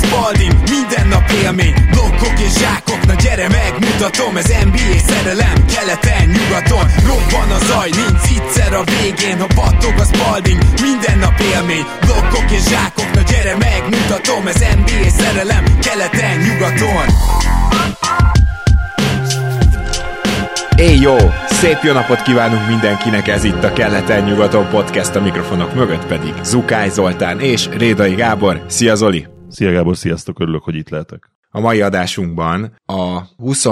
Spalding, minden nap élmény, blokkok és zsákok, na gyere megmutatom, ez NBA szerelem, keleten, nyugaton, robban a zaj, nincs egyszer a végén, ha battog a Spalding, minden nap élmény, blokkok és zsákok, na gyere megmutatom, ez NBA szerelem, keleten, nyugaton. Jó! Szép jó napot kívánunk mindenkinek, ez itt a Keleten-nyugaton podcast, a mikrofonok mögött pedig Zukály Zoltán és Rédai Gábor. Szia Zoli! Szia Gábor, sziasztok, örülök, hogy itt lehetek. A mai adásunkban a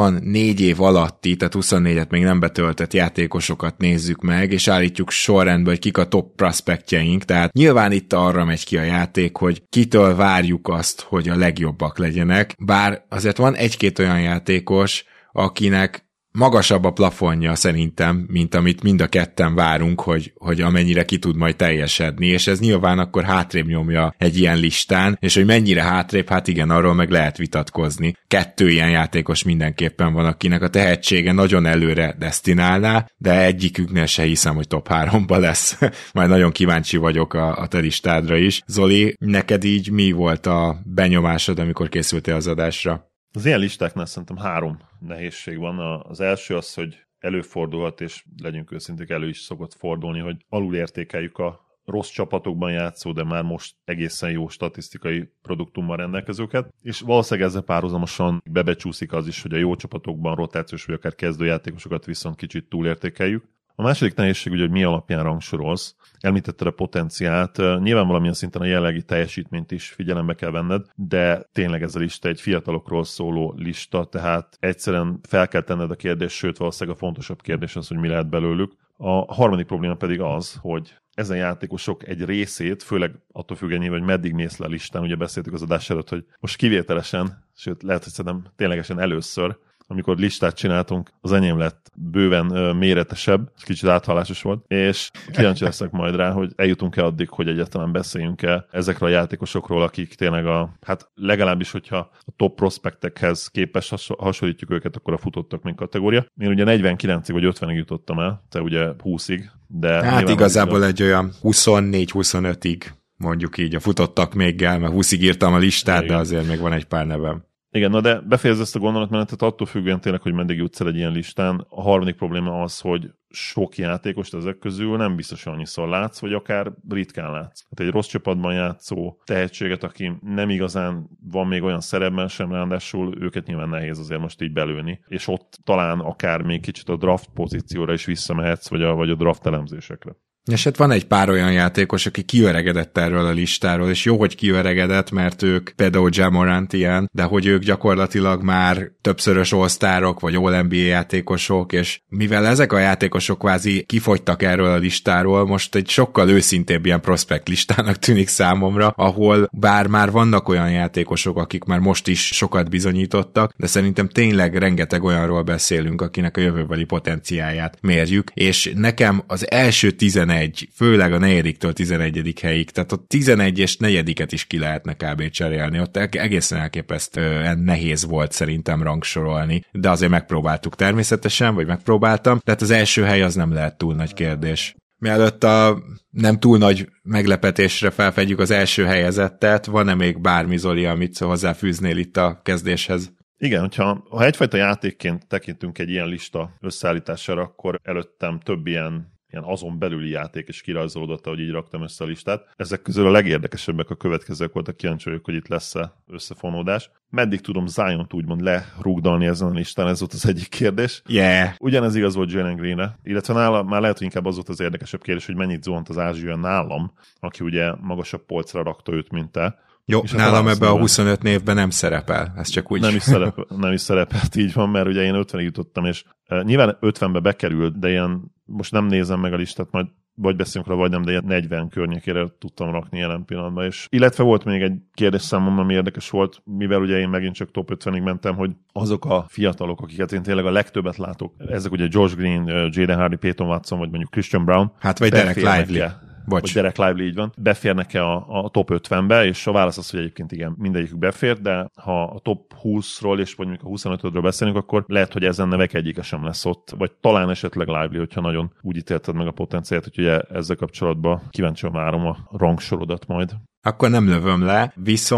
24 év alatti, tehát 24-et még nem betöltett játékosokat nézzük meg, és állítjuk sorrendbe, hogy kik a top prospektjeink, tehát nyilván itt arra megy ki a játék, hogy kitől várjuk azt, hogy a legjobbak legyenek, bár azért van egy-két olyan játékos, akinek magasabb a plafonja szerintem, mint amit mind a ketten várunk, hogy amennyire ki tud majd teljesedni, és ez nyilván akkor hátrébb nyomja egy ilyen listán, és hogy mennyire hátrébb, hát igen, arról meg lehet vitatkozni. 2 ilyen játékos mindenképpen van, akinek a tehetsége nagyon előre desztinálná, de egyiküknél se hiszem, hogy top 3-ba lesz. Majd nagyon kíváncsi vagyok a te listádra is. Zoli, neked így mi volt a benyomásod, amikor készültél az adásra? Az ilyen listáknál szerintem 3 nehézség van. Az első az, hogy előfordulhat, és legyünk őszinték, elő is szokott fordulni, hogy alulértékeljük a rossz csapatokban játszó, de már most egészen jó statisztikai produktummal rendelkezőket, és valószínűleg ezzel párhuzamosan bebecsúszik az is, hogy a jó csapatokban rotációs vagy akár kezdőjátékosokat viszont kicsit túlértékeljük. A második nehézség ugye, hogy mi alapján rangsorolsz. Említetted a potenciált, nyilván valamilyen szinten a jelenlegi teljesítményt is figyelembe kell venned, de tényleg ez a lista egy fiatalokról szóló lista, tehát egyszerűen fel kell tenned a kérdést, sőt valószínűleg a fontosabb kérdés az, hogy mi lehet belőlük. A harmadik probléma pedig az, hogy ezen játékosok egy részét, főleg attól függően, hogy meddig mész le a listán, ugye beszéltük az adás előtt, hogy most kivételesen, sőt lehet, hogy szerintem ténylegesen először, amikor listát csináltunk, az enyém lett bőven méretesebb, ez kicsit áthallásos volt, és kíváncsi leszek majd rá, hogy eljutunk-e addig, hogy egyáltalán beszéljünk-e ezekről a játékosokról, akik tényleg hát legalábbis, hogyha a top prospektekhez képes hasonlítjuk őket, akkor a futottak még kategória. Én ugye 49-ig vagy 50-ig jutottam el, te ugye 20-ig, de... Hát igazából egy olyan 24-25-ig, mondjuk így, a futottak méggel, mert 20-ig írtam a listát, de azért még van egy pár nevem. Igen, na de befejezd ezt a gondolatmenetet attól függően tényleg, hogy meddig jutsz el egy ilyen listán. A harmadik probléma az, hogy sok játékost ezek közül nem biztos, hogy annyiszor látsz, vagy akár ritkán látsz. Hát egy rossz csapatban játszó tehetséget, aki nem igazán van még olyan szerepben sem, ráadásul őket nyilván nehéz azért most így belőni, és ott talán akár még kicsit a draft pozícióra is visszamehetsz, vagy a draft elemzésekre. És hát van egy pár olyan játékos, aki kiöregedett erről a listáról, és jó, hogy kiöregedett, mert ők például Ja Morant ilyen, de hogy ők gyakorlatilag már többszörös all-starok, vagy all-NBA játékosok, és mivel ezek a játékosok kvázi kifogytak erről a listáról, most egy sokkal őszintébb ilyen prospect listának tűnik számomra, ahol bár már vannak olyan játékosok, akik már most is sokat bizonyítottak, de szerintem tényleg rengeteg olyanról beszélünk, akinek a jövőbeli potenciáját mérjük, és nekem az első 11, főleg a 4-től 11. helyig, tehát a 11 és 4-et is ki lehetne kb. Cserélni, ott egészen elképesztően nehéz volt szerintem rangsorolni, de azért megpróbáltuk természetesen, vagy megpróbáltam, tehát az első hely az nem lehet túl nagy kérdés. Mielőtt a nem túl nagy meglepetésre felfedjük az első helyezettet, van-e még bármi, Zoli, amit hozzáfűznél itt a kezdéshez? Igen, ha egyfajta játékként tekintünk egy ilyen lista összeállítására, akkor előttem több ilyen azon belüli játék is kirajzolódott, ahogy így raktam össze a listát. Ezek közül a legérdekesebbek a következők voltak, kíváncsi vagyok, hogy itt lesz-e összefonódás. Meddig tudom Ziont úgymond lerugdalni ezen a listán, ez volt az egyik kérdés. Yeah. Ugyanez igaz volt Jalen Greenre, illetve nála már lehet, hogy inkább az volt az érdekesebb kérdés, hogy mennyit zuhant az ázsiai nálam, aki ugye magasabb polcra rakta őt, mint te. Jó, nálam ebben a 25 névben nem szerepel, ez csak úgy. Nem is szerepelt, így van, mert ugye én 50-ig jutottam, és nyilván 50-be bekerült, de ilyen, most nem nézem meg a listát, majd vagy beszélünk rá, vagy nem, de ilyen 40 környékére tudtam rakni jelen pillanatban. És illetve volt még egy kérdés számomra, ami érdekes volt, mivel ugye én megint csak top 50-ig mentem, hogy azok a fiatalok, akiket én tényleg a legtöbbet látok, ezek ugye Josh Green, Jaden Hardy, Peyton Watson, vagy mondjuk Christian Brown. Hát vagy Derek Lively. Vagy Derek Lively, így van. Beférnek-e a top 50-be, és a válasz az, hogy egyébként igen, mindegyikük befér, de ha a top 20-ról és mondjuk a 25-ről beszélünk, akkor lehet, hogy ezen nevek egyike sem lesz ott, vagy talán esetleg Lively, hogyha nagyon úgy ítélted meg a potenciált, hogy ugye ezzel kapcsolatban kíváncsian várom a rangsorodat majd. Akkor nem lövöm le, viszont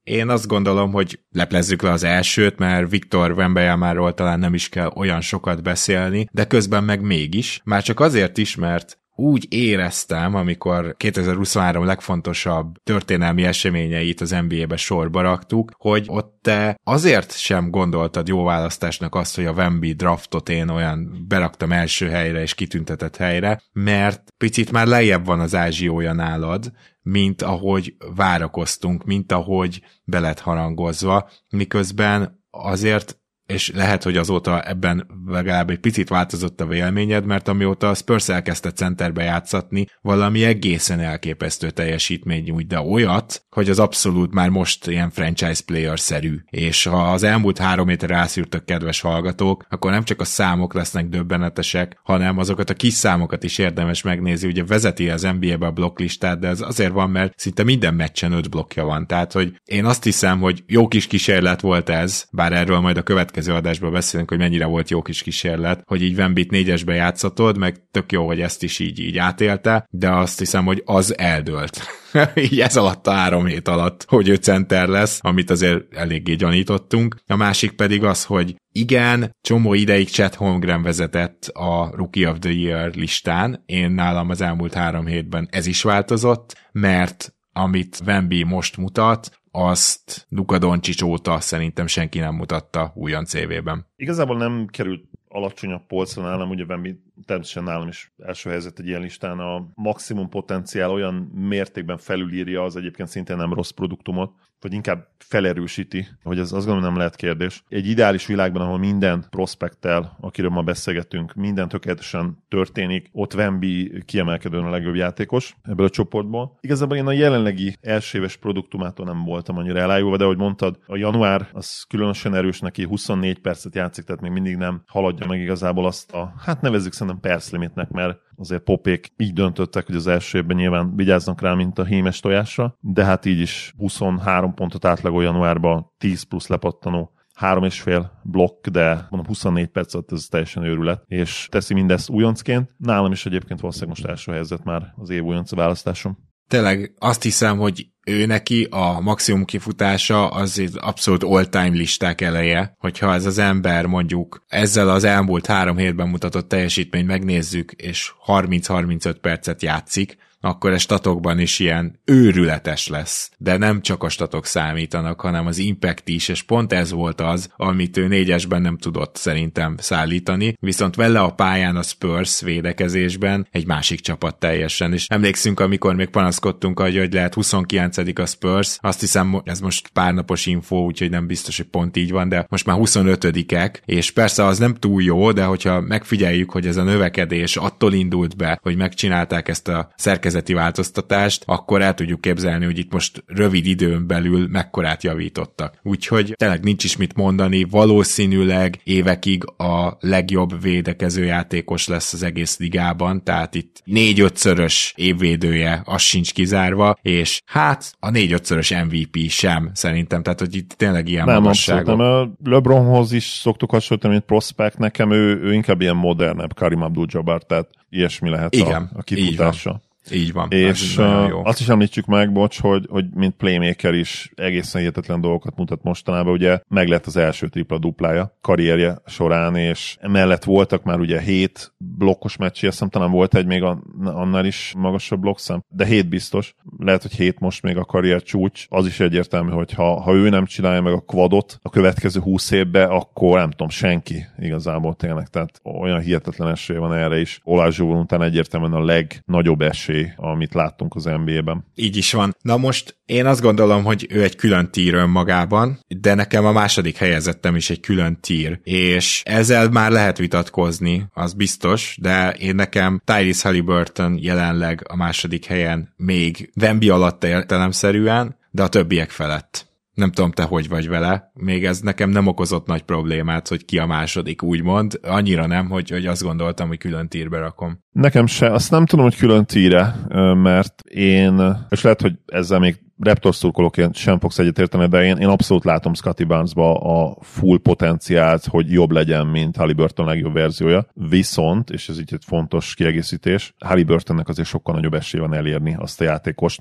Én azt gondolom, hogy leplezzük le az elsőt, mert Victor Wembanyamaról talán nem is kell olyan sokat beszélni, de közben meg mégis. Már csak azért is, mert úgy éreztem, amikor 2023 legfontosabb történelmi eseményeit az NBA-be sorba raktuk, hogy ott te azért sem gondoltad jó választásnak azt, hogy a Wemby draftot én olyan beraktam első helyre és kitüntetett helyre, mert picit már lejjebb van az ázsiója nálad, mint ahogy várakoztunk, mint ahogy be lett harangozva, miközben azért, és lehet, hogy azóta ebben legalább egy picit változott a véleményed, mert amióta a Spurs elkezdte centerbe játszatni, valami egészen elképesztő teljesítmény nyújt, de olyat, hogy az abszolút már most ilyen franchise player-szerű. És ha az elmúlt 3 hétre rászűrtök, kedves hallgatók, akkor nem csak a számok lesznek döbbenetesek, hanem azokat a kis számokat is érdemes megnézni. Ugye vezeti az NBA-be a blokklistát, de ez azért van, mert szinte minden meccsen 5 blokkja van. Tehát, hogy én azt hiszem, hogy jó kis kísérlet volt ez, bár erről majd a következő adásban beszélünk, hogy mennyire volt jó kis kísérlet, hogy így Wembit 4-esbe játszatod, meg tök jó, hogy ezt is így átélte, de azt hiszem, hogy az eldőlt. Így ez alatt a 3 hét alatt, hogy ő center lesz, amit azért eléggé gyanítottunk. A másik pedig az, hogy igen, csomó ideig Chet Holmgren vezetett a Rookie of the Year listán, én nálam az elmúlt 3 hétben ez is változott, mert amit Wemby most mutat, azt Luka Doncic óta szerintem senki nem mutatta újonc évében. Igazából nem került alacsonyabb polcra nálam, ugye Wemby természetesen nálam is első helyzet egy ilyen listán, a maximum potenciál olyan mértékben felülírja az egyébként szintén nem rossz produktumot, vagy inkább felerősíti, hogy ez azt gondolom nem lehet kérdés. Egy ideális világban, ahol minden prospekttel, akiről ma beszélgetünk, minden tökéletesen történik, ott Wemby kiemelkedően a legjobb játékos ebből a csoportból. Igazából én a jelenlegi első éves produktumától nem voltam annyira elájulva, de ahogy mondtad, a január az különösen erős neki, 24 percet játszik, tehát még mindig nem haladja meg igazából azt a, hát nevezzük szerintem perclimitnek, mert azért Popék így döntöttek, hogy az első évben nyilván vigyáznak rá, mint a hímes tojásra, de hát így is 23 pontot átlagol januárban, 10 plusz lepattanó, 3,5 blokk, de mondom 24 perc alatt ez teljesen őrület, és teszi mindezt újoncként. Nálam is egyébként valószínűleg most első helyzet már az év újonc választásom. Tényleg azt hiszem, hogy ő neki a maximum kifutása az abszolút all-time listák eleje, hogyha ez az ember mondjuk ezzel az elmúlt 3 hétben mutatott teljesítményt megnézzük, és 30-35 percet játszik, akkor a statokban is ilyen őrületes lesz. De nem csak a statok számítanak, hanem az impact is, és pont ez volt az, amit ő 4-esben nem tudott szerintem szállítani, viszont vele a pályán a Spurs védekezésben egy másik csapat teljesen, és emlékszünk, amikor még panaszkodtunk, hogy lehet 29. a Spurs, azt hiszem, ez most párnapos info, úgyhogy nem biztos, hogy pont így van, de most már 25-ek, és persze az nem túl jó, de hogyha megfigyeljük, hogy ez a növekedés attól indult be, hogy megcsinálták ezt a szerkezeti változtatást, akkor el tudjuk képzelni, hogy itt most rövid időn belül mekkorát javítottak. Úgyhogy tényleg nincs is mit mondani, valószínűleg évekig a legjobb védekező játékos lesz az egész ligában, tehát itt 4-5-szörös évvédője, az sincs kizárva, és hát a 4-5-szörös MVP sem szerintem, tehát hogy itt tényleg ilyen magasságok. Nem, LeBronhoz is szoktuk hasonlítani, mint prospect, nekem ő inkább ilyen modernebb Karim Abdul-Jabbar, tehát ilyesmi lehet a kifutása. Így van. És azt is említsük meg, bocs, hogy mint playmaker is egészen hihetetlen dolgokat mutat mostanában, ugye meg lett az első tripla-duplája karrierje során, és emellett voltak már ugye 7 blokkos meccsé, azt hiszem talán volt egy még annál is magasabb blokkszám, de 7 biztos, lehet, hogy 7 most még a karrier csúcs, az is egyértelmű, hogy ha ő nem csinálja meg a quadot a következő 20 évbe, akkor nem tudom, senki igazából tényleg, tehát olyan hihetetlen esély van erre is. Olajzsóval után egyértelműen a legnagyobb esély, amit láttunk az NBA-ben. Így is van. Na most én azt gondolom, hogy ő egy külön tier önmagában, de nekem a második helyezettem is egy külön tier, és ezzel már lehet vitatkozni, az biztos, de én nekem Tyrese Haliburton jelenleg a második helyen még Wemby alatt értelemszerűen, de a többiek felett. Nem tudom, te hogy vagy vele, még ez nekem nem okozott nagy problémát, hogy ki a második, úgymond. Annyira nem, hogy azt gondoltam, hogy külön tírbe rakom. Nekem se, azt nem tudom, hogy külön tíre, mert én, és lehet, hogy ezzel még Raptors szurkolóként sem fogsz egyetérteni, de én abszolút látom Scottie Barnesba a full potenciált, hogy jobb legyen, mint Haliburton legjobb verziója. Viszont, és ez így egy fontos kiegészítés, Haliburtonnek azért sokkal nagyobb esélye van elérni azt a játékost, mert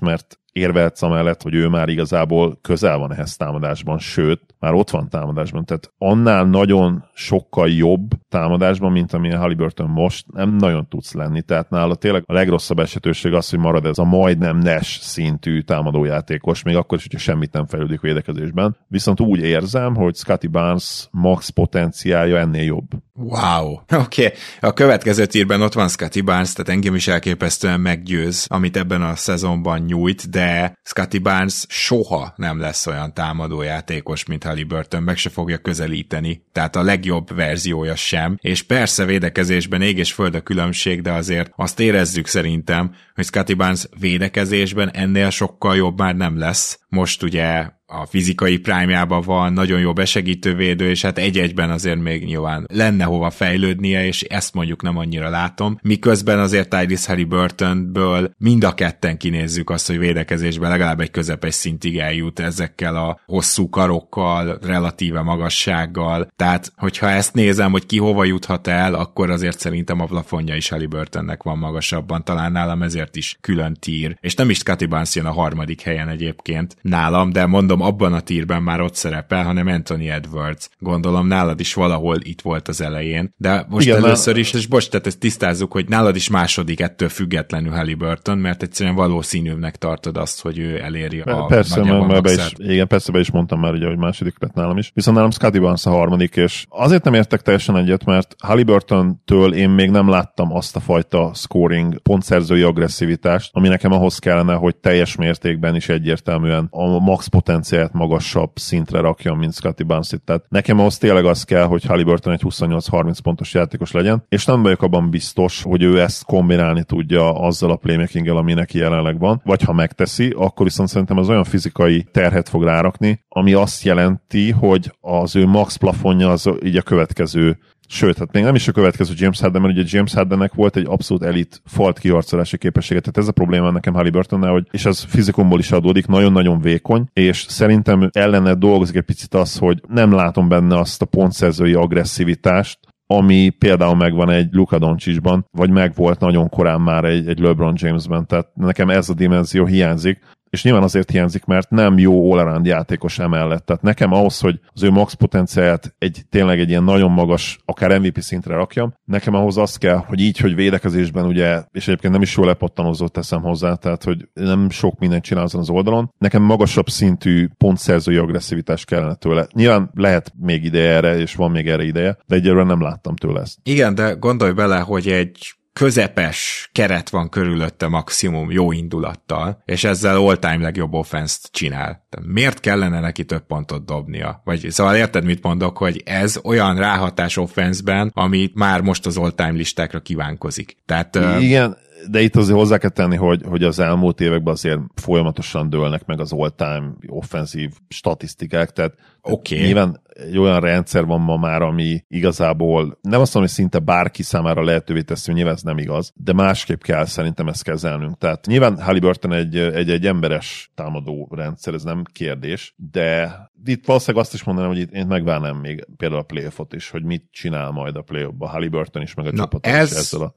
érvehetsz amellett, hogy ő már igazából közel van ehhez támadásban, sőt, már ott van támadásban, tehát annál nagyon sokkal jobb támadásban, mint amilyen Haliburton most, nem nagyon tudsz lenni, tehát nála tényleg a legrosszabb esetőség az, hogy marad ez a majdnem Nash szintű támadójátékos, még akkor is, hogyha semmit nem fejlődik védekezésben. Viszont úgy érzem, hogy Scottie Barnes max potenciálja ennél jobb. Wow! Oké. A következő tírben ott van Scottie Barnes, tehát engem is elképesztően meggyőz, amit ebben a szezonban nyújt, de Scottie Barnes soha nem lesz olyan támadójátékos, mint Haliburton, meg se fogja közelíteni. Tehát a legjobb verziója sem. És persze védekezésben ég és föld a különbség, de azért azt érezzük szerintem, hogy Scottie Barnes védekezésben ennél sokkal jobb már nem lesz. Most ugye a fizikai prime-jában van, nagyon jó besegítővédő, és hát egy-egyben azért még nyilván lenne hova fejlődnie, és ezt mondjuk nem annyira látom. Miközben azért Tyrese Haliburtonből mind a ketten kinézzük azt, hogy védekezésben legalább egy közepes szintig eljut ezekkel a hosszú karokkal, relatíve magassággal. Tehát, hogyha ezt nézem, hogy ki hova juthat el, akkor azért szerintem a plafonja is Haliburtonnek van magasabban, talán nálam ezért is külön tír. És nem is Scottie Barnes jön a harmadik helyen egyébként nálam, de mondom, abban a tírben már ott szerepel, hanem Anthony Edwards. Gondolom nálad is valahol itt volt az elején. De most igen, először is, és bocs, tehát ezt tisztázzuk, hogy nálad is második ettől függetlenül Haliburton, mert egyszerűen valószínűbbnek tartod azt, hogy ő eléri a nagyjából igen, persze be is mondtam már, ugye, hogy második lett nálam is. Viszont nálam Scottie Barnes a harmadik, és azért nem értek teljesen egyet, mert Haliburtontől én még nem láttam azt a fajta scoring, pontszerzői agresszivitást, ami nekem ahhoz kellene, hogy teljes mértékben is egyértelműen a max potenciált magasabb szintre rakjon, mint Scottie Barnes. Tehát nekem ahhoz tényleg az kell, hogy Haliburton egy 28-30 pontos játékos legyen, és nem vagyok abban biztos, hogy ő ezt kombinálni tudja azzal a playmakinggel, ami neki jelenleg van, vagy ha megteszi, akkor viszont szerintem az olyan fizikai terhet fog rárakni, ami azt jelenti, hogy az ő max plafonja az így a következő. Sőt, hát még nem is a következő James Harden, mert ugye James Hardennek volt egy abszolút elit falt kiharcolási képessége, tehát ez a probléma nekem Haliburtonnál, hogy, és ez fizikumból is adódik, nagyon-nagyon vékony, és szerintem ellene dolgozik egy picit az, hogy nem látom benne azt a pontszerzői agresszivitást, ami például megvan egy Luka Doncicban, vagy megvolt nagyon korán már egy LeBron Jamesben, tehát nekem ez a dimenzió hiányzik, és nyilván azért hiányzik, mert nem jó all-around játékos emellett. Tehát nekem ahhoz, hogy az ő max potenciáját tényleg egy ilyen nagyon magas, akár MVP szintre rakjam, nekem ahhoz az kell, hogy így, hogy védekezésben ugye, és egyébként nem is jól lepattanózott teszem hozzá, tehát hogy nem sok mindent csinál azon az oldalon, nekem magasabb szintű pontszerzői agresszivitás kellene tőle. Nyilván lehet még ideje erre, és van még erre ideje, de egyelőre nem láttam tőle ezt. Igen, de gondolj bele, hogy egy közepes keret van körülötte maximum jó indulattal, és ezzel all-time legjobb offenszt csinál. De miért kellene neki több pontot dobnia? Vagy szóval érted, mit mondok, hogy ez olyan ráhatás offenszben, ami már most az all-time listákra kívánkozik. Tehát, igen, de itt azért hozzá kell tenni, hogy az elmúlt években azért folyamatosan dőlnek meg az all-time offenzív statisztikák, tehát nyilván egy olyan rendszer van ma már, ami igazából nem azt mondom, hogy szinte bárki számára lehetővé teszi, hogy nyilván ez nem igaz, de másképp kell szerintem ezt kezelnünk. Tehát nyilván Haliburton egy emberes támadó rendszer, ez nem kérdés, de itt valószínűleg azt is mondanám, hogy itt én megvárnám még például a playoffot is, hogy mit csinál majd a playoffba Haliburton is, meg a csapat is ezzel a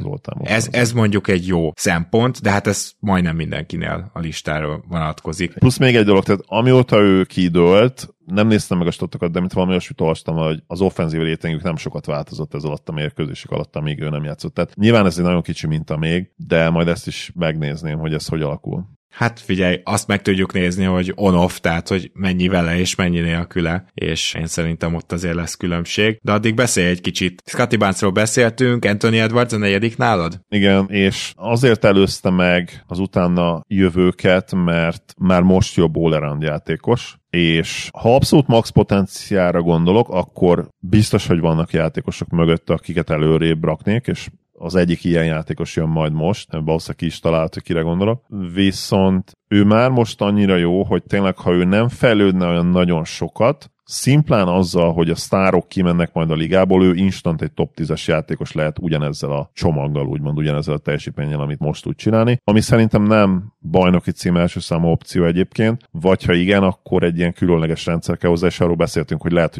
ez mondjuk egy jó szempont, de hát ez majdnem mindenkinél a listáról vonatkozik. Plusz még egy dolog, tehát amióta ő kidőlt, nem néztem meg a statokat, de mint valami olyasmit olvastam, hogy az offenzív rétegük nem sokat változott ez alatt a mérkőzések alatt, amíg ő nem játszott. Tehát nyilván ez egy nagyon kicsi minta még, de majd ezt is megnézném, hogy ez hogy alakul. Hát figyelj, azt meg tudjuk nézni, hogy on-off, tehát hogy mennyi vele és mennyi nélküle, és én szerintem ott azért lesz különbség. De addig beszélj egy kicsit. Scottie Barnesról beszéltünk, Anthony Edwards a negyedik nálad? Igen, és azért előzte meg az utána jövőket, mert már most jobb all-around játékos, és ha abszolút max potenciára gondolok, akkor biztos, hogy vannak játékosok mögött, akiket előrébb raknék, és az egyik ilyen játékos jön majd most, valószínűleg ki is talált, hogy kire gondolok. Viszont ő már most annyira jó, hogy tényleg, ha ő nem fejlődne olyan nagyon sokat, szimplán azzal, hogy a sztárok kimennek majd a ligából, ő instant egy top 10-es játékos lehet ugyanezzel a csomaggal, úgymond ugyanezzel a teljesítménnyel, amit most tud csinálni, ami szerintem nem bajnoki cím első számú opció egyébként, vagy ha igen, akkor egy ilyen különleges rendszer kell hozzá, és arról beszéltünk, hogy lehet, hogy a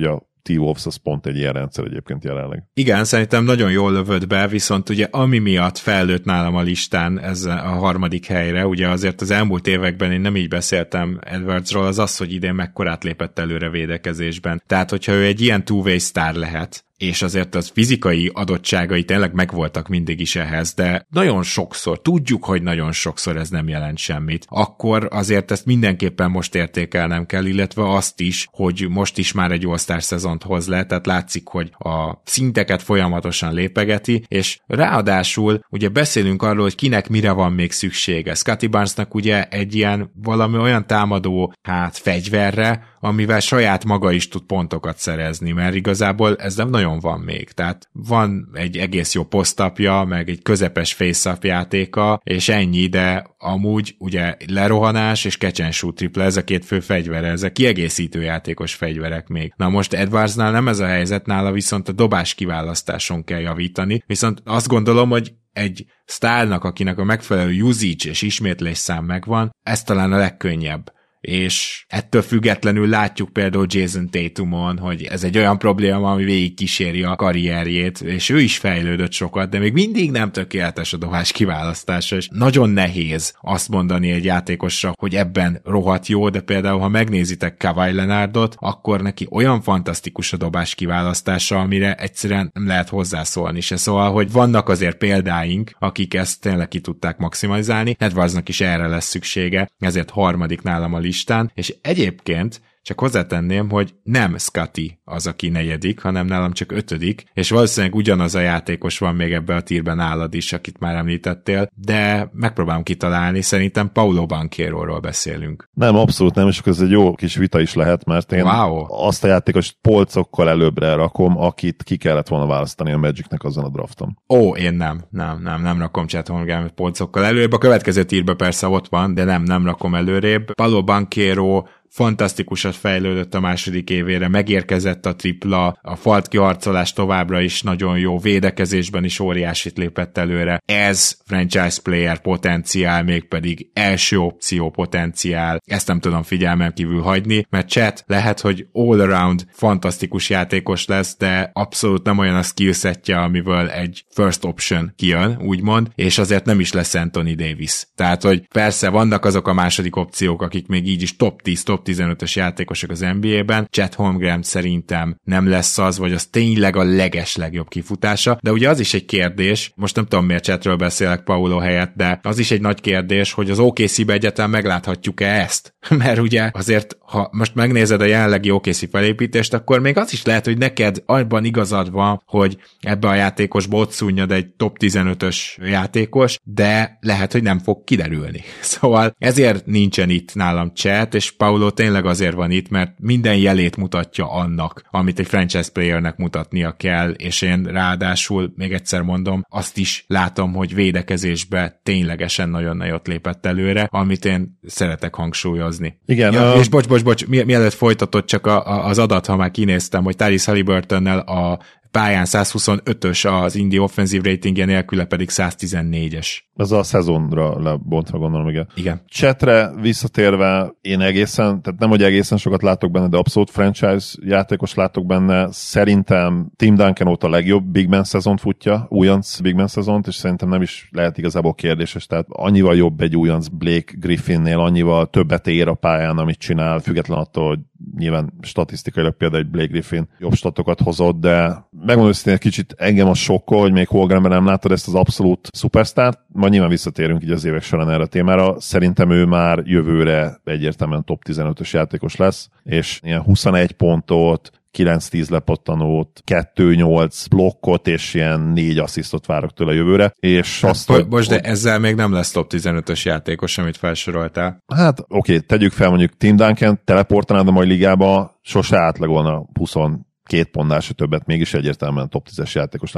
T-Wolves az pont egy ilyen rendszer egyébként jelenleg. Igen, szerintem nagyon jól lövöd be, viszont ugye ami miatt fejlőtt nálam a listán ez a harmadik helyre, ugye azért az elmúlt években én nem így beszéltem Edwardsról, az, hogy idén mekkorát lépett előre védekezésben. Tehát, hogyha ő egy ilyen two-way sztár lehet, és azért az fizikai adottságai tényleg megvoltak mindig is ehhez, de nagyon sokszor, tudjuk, hogy nagyon sokszor ez nem jelent semmit, akkor azért ezt mindenképpen most értékelnem kell, illetve azt is, hogy most is már egy All-Star szezont hoz le, tehát látszik, hogy a szinteket folyamatosan lépegeti, és ráadásul ugye beszélünk arról, hogy kinek mire van még szüksége. Scottie Barnesnak ugye egy ilyen valami olyan támadó fegyverre, amivel saját maga is tud pontokat szerezni, mert igazából ez nem nagyon van még. Tehát van egy egész jó posztapja, meg egy közepes face-up játéka, és ennyi, de amúgy ugye lerohanás és catch and shoot tripla, ez a két fő fegyvere, ezek kiegészítő játékos fegyverek még. Na most Edwardsnál nem ez a helyzet, nála viszont a dobás kiválasztáson kell javítani, viszont azt gondolom, hogy egy sztárnak, akinek a megfelelő usage és ismétlés szám megvan, ez talán a legkönnyebb. És ettől függetlenül látjuk például Jason Tatumon, hogy ez egy olyan probléma, ami végig kíséri a karrierjét, és ő is fejlődött sokat, de még mindig nem tökéletes a dobás kiválasztása, és nagyon nehéz azt mondani egy játékosra, hogy ebben rohadt jó, de például ha megnézitek Kawhi Leonardot, akkor neki olyan fantasztikus a dobás kiválasztása, amire egyszerűen nem lehet hozzászólni se. Szóval, hogy vannak azért példáink, akik ezt tényleg ki tudták maximalizálni, Edwardsnak is erre lesz szüksége, ezért harmadik nálam a listán, és egyébként csak hozzátenném, hogy nem Scottie az, aki negyedik, hanem nálam csak ötödik, és valószínűleg ugyanaz a játékos van még ebbe a tírben nálad is, akit már említettél, de megpróbálom kitalálni, szerintem Paolo Bancheroról beszélünk. Nem, abszolút nem, és akkor ez egy jó kis vita is lehet, mert én azt a játékos polcokkal előbbre rakom, akit ki kellett volna választani a Magicnek azon a drafton. Én nem rakom Chet Holmgren polcokkal előrébb, a következő tírbe persze ott van, de nem rakom előrébb. Paolo Banchero fantasztikusat fejlődött a második évére, megérkezett a tripla, a falt kiharcolás továbbra is nagyon jó, védekezésben is óriásit lépett előre. Ez franchise player potenciál, mégpedig első opció potenciál. Ezt nem tudom figyelmen kívül hagyni, mert Chet lehet, hogy all-around fantasztikus játékos lesz, de abszolút nem olyan a skillsetje, amiből egy first option kijön, úgymond, és azért nem is lesz Anthony Davis. Tehát, hogy persze vannak azok a második opciók, akik még így is top 10, top 15-ös játékosok az NBA-ben. Chet Holmgren szerintem nem lesz az, vagy az tényleg a legjobb kifutása, de ugye az is egy kérdés, most nem tudom miért Chetről beszélek Paulo helyett, de az is egy nagy kérdés, hogy az OKC-be egyáltalán megláthatjuk-e ezt? Mert ugye azért, ha most megnézed a jelenlegi OKC felépítést, akkor még az is lehet, hogy neked abban igazad van, hogy ebbe a játékosba ott szúnyad egy top 15-ös játékos, de lehet, hogy nem fog kiderülni. Szóval ezért nincsen itt nálam Chet, és Paulo tényleg azért van itt, mert minden jelét mutatja annak, amit egy franchise playernek mutatnia kell, és én ráadásul, még egyszer mondom, azt is látom, hogy védekezésbe ténylegesen nagyon nagyot lépett előre, amit én szeretek hangsúlyozni. Igen. Ja, és bocs, mielőtt folytatott csak az adat, ha már kinéztem, hogy Tyrese Haliburtonnel a pályán 125-ös az Indy offensive ratingje, nélküle pedig 114-es. Ez a szezonra lebontva, gondolom, igen. Chetre visszatérve, én tehát nem, hogy egészen sokat látok benne, de abszolút franchise játékos látok benne. Szerintem Tim Duncan óta a legjobb Big Man szezont futja, újonc Big Man szezont, és szerintem nem is lehet igazából kérdéses, tehát annyival jobb egy újonc Blake Griffinnél, annyival többet ér a pályán, amit csinál, független attól, hogy nyilván statisztikailag például egy Blake Griffin jobb statokat hozott, de megmondom őszintén, egy kicsit engem a sokkol, hogy még Holmgrenben nem láttad ezt az abszolút szupersztárt, majd nyilván visszatérünk így az évek során erre a témára. Szerintem ő már jövőre egyértelműen top 15-ös játékos lesz, és ilyen 21 pontot, 9-10 lepattanót, 2-8 blokkot, és ilyen 4 asszisztot várok tőle jövőre. És hát, most, de ezzel még nem lesz top 15-ös játékos, amit felsoroltál. Hát oké, tegyük fel mondjuk Tim Duncan, teleportálnád a mai ligába, sose átlagolna 22 pontnál se többet, mégis egyértelműen top 10-es játékos lenne, nem?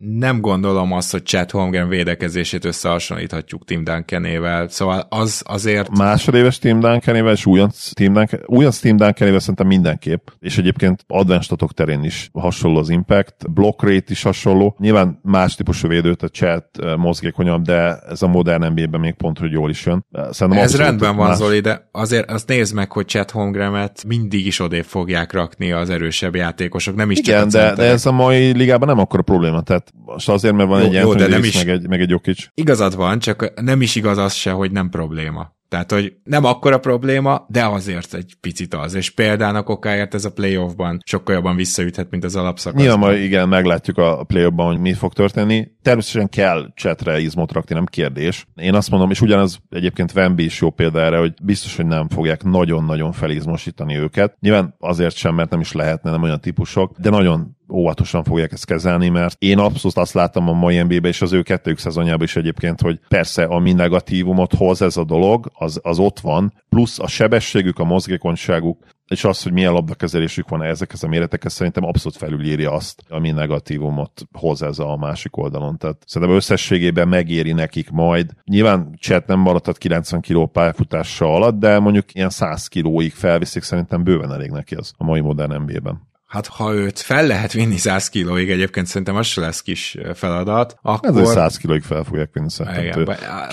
nem gondolom azt, hogy Chet Holmgren védekezését összehasonlíthatjuk Tim Duncanével, szóval az azért... Másodéves Tim Duncanével és újonc Tim Duncanével szerintem mindenképp, és egyébként advanced statok terén is hasonló az impact, block rate is hasonló, nyilván más típusú védőt, a Chet mozgékonyabb, de ez a modern NBA-ben még pont, hogy jól is jön. Szerintem ez rendben van, Zoli, de azért azt nézd meg, hogy Chet Holmgrenet mindig is odébb fogják rakni az erősebb játékosok, nem is igen, csak de ez a mai ligában nem akkora probléma, tehát azért, mert van egy Anthony Davis, meg egy Jokic. Igazad van, csak nem is igaz az se, hogy nem probléma. Tehát, hogy nem akkora probléma, de azért egy picit az, és példának okáért ez a playoffban sokkal jobban visszaüthet, mint az alapszakaszban. Nyilván majd igen, meglátjuk a playoffban, hogy mi fog történni. Természetesen kell Chetre izmot rakni, nem kérdés. Én azt mondom, és ugyanaz egyébként Wemby is jó példa erre, hogy biztos, hogy nem fogják nagyon-nagyon felizmosítani őket. Nyilván azért sem, mert nem is lehetne, nem olyan típusok, de nagyon óvatosan fogják ezt kezelni, mert én abszolút azt láttam a mai NBA-be, és az ő kettőjük szezonjában is egyébként, hogy persze ami negatívumot hoz ez a dolog, az ott van, plusz a sebességük, a mozgékonyságuk, és az, hogy milyen labdakezelésük van ezekhez a méretekhez, szerintem abszolút felülírja azt, ami negatívumot hoz ez a másik oldalon. Tehát szerintem összességében megéri nekik majd. Nyilván Chet nem maradhat 90 kiló pályafutása alatt, de mondjuk ilyen 100 kilóig felviszik, szerintem bőven elég neki az a mai modern NBA-ben. Hát ha őt fel lehet vinni 100 kilóig, egyébként szerintem az se lesz kis feladat, akkor... Ez 100 kilóig fel fogják vinni szerintem.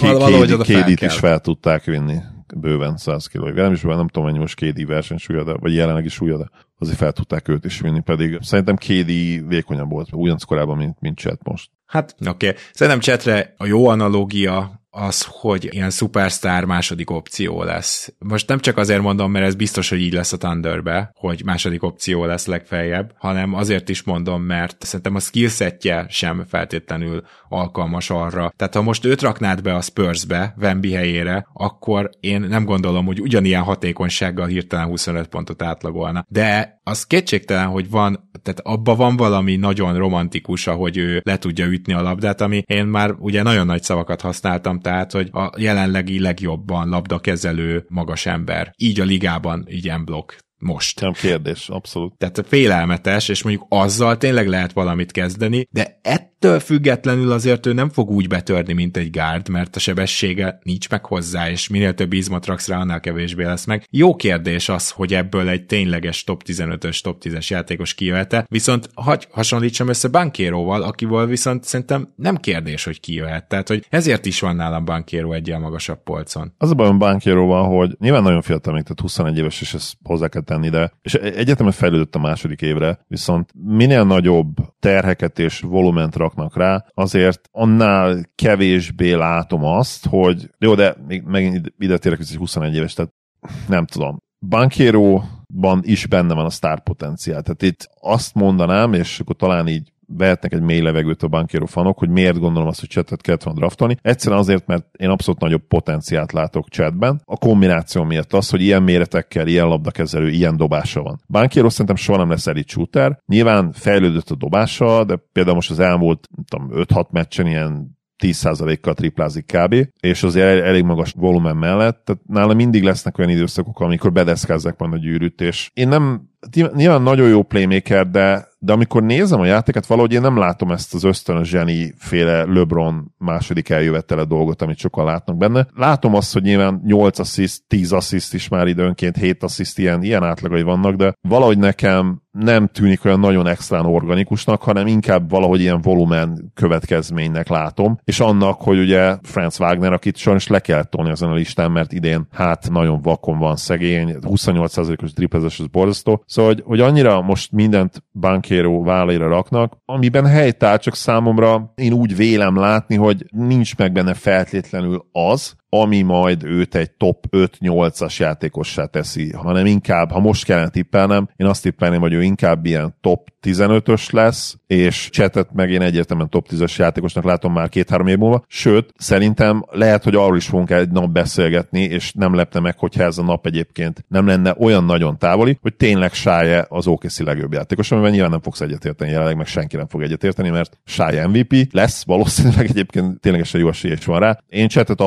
KD-t is fel tudták vinni bőven 100 kilóig. Nem tudom, mennyi most KD versenysúlya, vagy jelenlegi súlya, de azért fel tudták őt is vinni, pedig szerintem KD vékonyabb volt ugyanaz korábban, mint Chet most. Hát oké. Szerintem Chetre a jó analógia az, hogy ilyen szupersztár második opció lesz. Most nem csak azért mondom, mert ez biztos, hogy így lesz a Thunderbe, hogy második opció lesz legfeljebb, hanem azért is mondom, mert szerintem a skillsetje sem feltétlenül alkalmas arra. Tehát ha most őt raknád be a Spursbe, Wemby helyére, akkor én nem gondolom, hogy ugyanilyen hatékonysággal hirtelen 25 pontot átlagolna. De az kétségtelen, hogy van, tehát abban van valami nagyon romantikus, ahogy ő le tudja ütni a labdát, ami én már ugye nagyon nagy szavakat használtam, tehát, hogy a jelenlegi legjobban labdakezelő magas ember. Így a ligában, így M-block most. Nem kérdés, abszolút. Tehát félelmetes, és mondjuk azzal tényleg lehet valamit kezdeni, de ettől függetlenül azért ő nem fog úgy betörni, mint egy guard, mert a sebessége nincs meg hozzá, és minél több izmot raksz rá, annál kevésbé lesz meg. Jó kérdés az, hogy ebből egy tényleges top 15-ös, top 10-es játékos kijöhet-e, viszont hasonlítsam össze Bancheroval, akivel viszont szerintem nem kérdés, hogy kijöhet. Tehát, hogy ezért is van nálam Banchero egyen magasabb polcon. Az a bajom Bancheroval, hogy nyilván nagyon fiatal még, tehát 21 éves, és ezt hozzá kell tenni, de és egyetemen fejlődött a második évre, viszont minél nagyobb terheket és volument raknak rá, azért annál kevésbé látom azt, hogy jó, de még megint ide térek, hogy 21 éves, tehát nem tudom. Bancheroban is benne van a sztárpotenciál, tehát itt azt mondanám, és akkor talán így vehetnek egy mély levegőt a Banchero fanok, hogy miért gondolom azt, hogy Chetet kellett volna draftolni. Egyszerűen azért, mert én abszolút nagyobb potenciált látok Chetben. A kombináció miatt az, hogy ilyen méretekkel, ilyen labdakezelő, ilyen dobása van. Banchero szerintem soha nem lesz elite shooter. Nyilván fejlődött a dobása, de például most az elmúlt 5-6 meccsen ilyen 10%-kal triplázik kb. És azért elég magas volumen mellett, tehát nála mindig lesznek olyan időszakok, amikor bedeszkázzák majd a gyűrűt, és én nem, nyilván nagyon jó playmaker, de amikor nézem a játéket, valahogy én nem látom ezt az ösztönös zseni féle LeBron második eljövetele dolgot, amit sokan látnak benne. Látom azt, hogy nyilván 8 assziszt, 10 assziszt is már időnként, 7 assziszt, ilyen átlagai vannak, de valahogy nekem nem tűnik olyan nagyon extrán organikusnak, hanem inkább valahogy ilyen volumen következménynek látom, és annak, hogy ugye Franz Wagner, akit sajnos le kellett tolni ezen a listán, mert idén hát nagyon vakon van szegény, 28%-os triplezes, az borzasztó. Szóval, hogy annyira most mindent Banchero vállaira raknak, amiben helytáll, csak számomra én úgy vélem látni, hogy nincs meg benne feltétlenül az, ami majd őt egy top 5-8-as játékossá teszi, hanem inkább, ha most kellene tippelnem, én azt tippelném, hogy ő inkább ilyen top 15-ös lesz, és Chetet meg én egyértelműen top 10-es játékosnak látom már 2-3 év múlva, sőt, szerintem lehet, hogy arról is fogunk egy nap beszélgetni, és nem lepne meg, hogyha ez a nap egyébként nem lenne olyan nagyon távoli, hogy tényleg Shai az OKC legjobb játékos, amivel nyilván nem fogsz egyetérteni, jelenleg meg senki nem fog egyetérteni, mert Shai MVP lesz, valószínűleg egyébként ténylegesen jó esélye is van rá. Én Chetet abszolút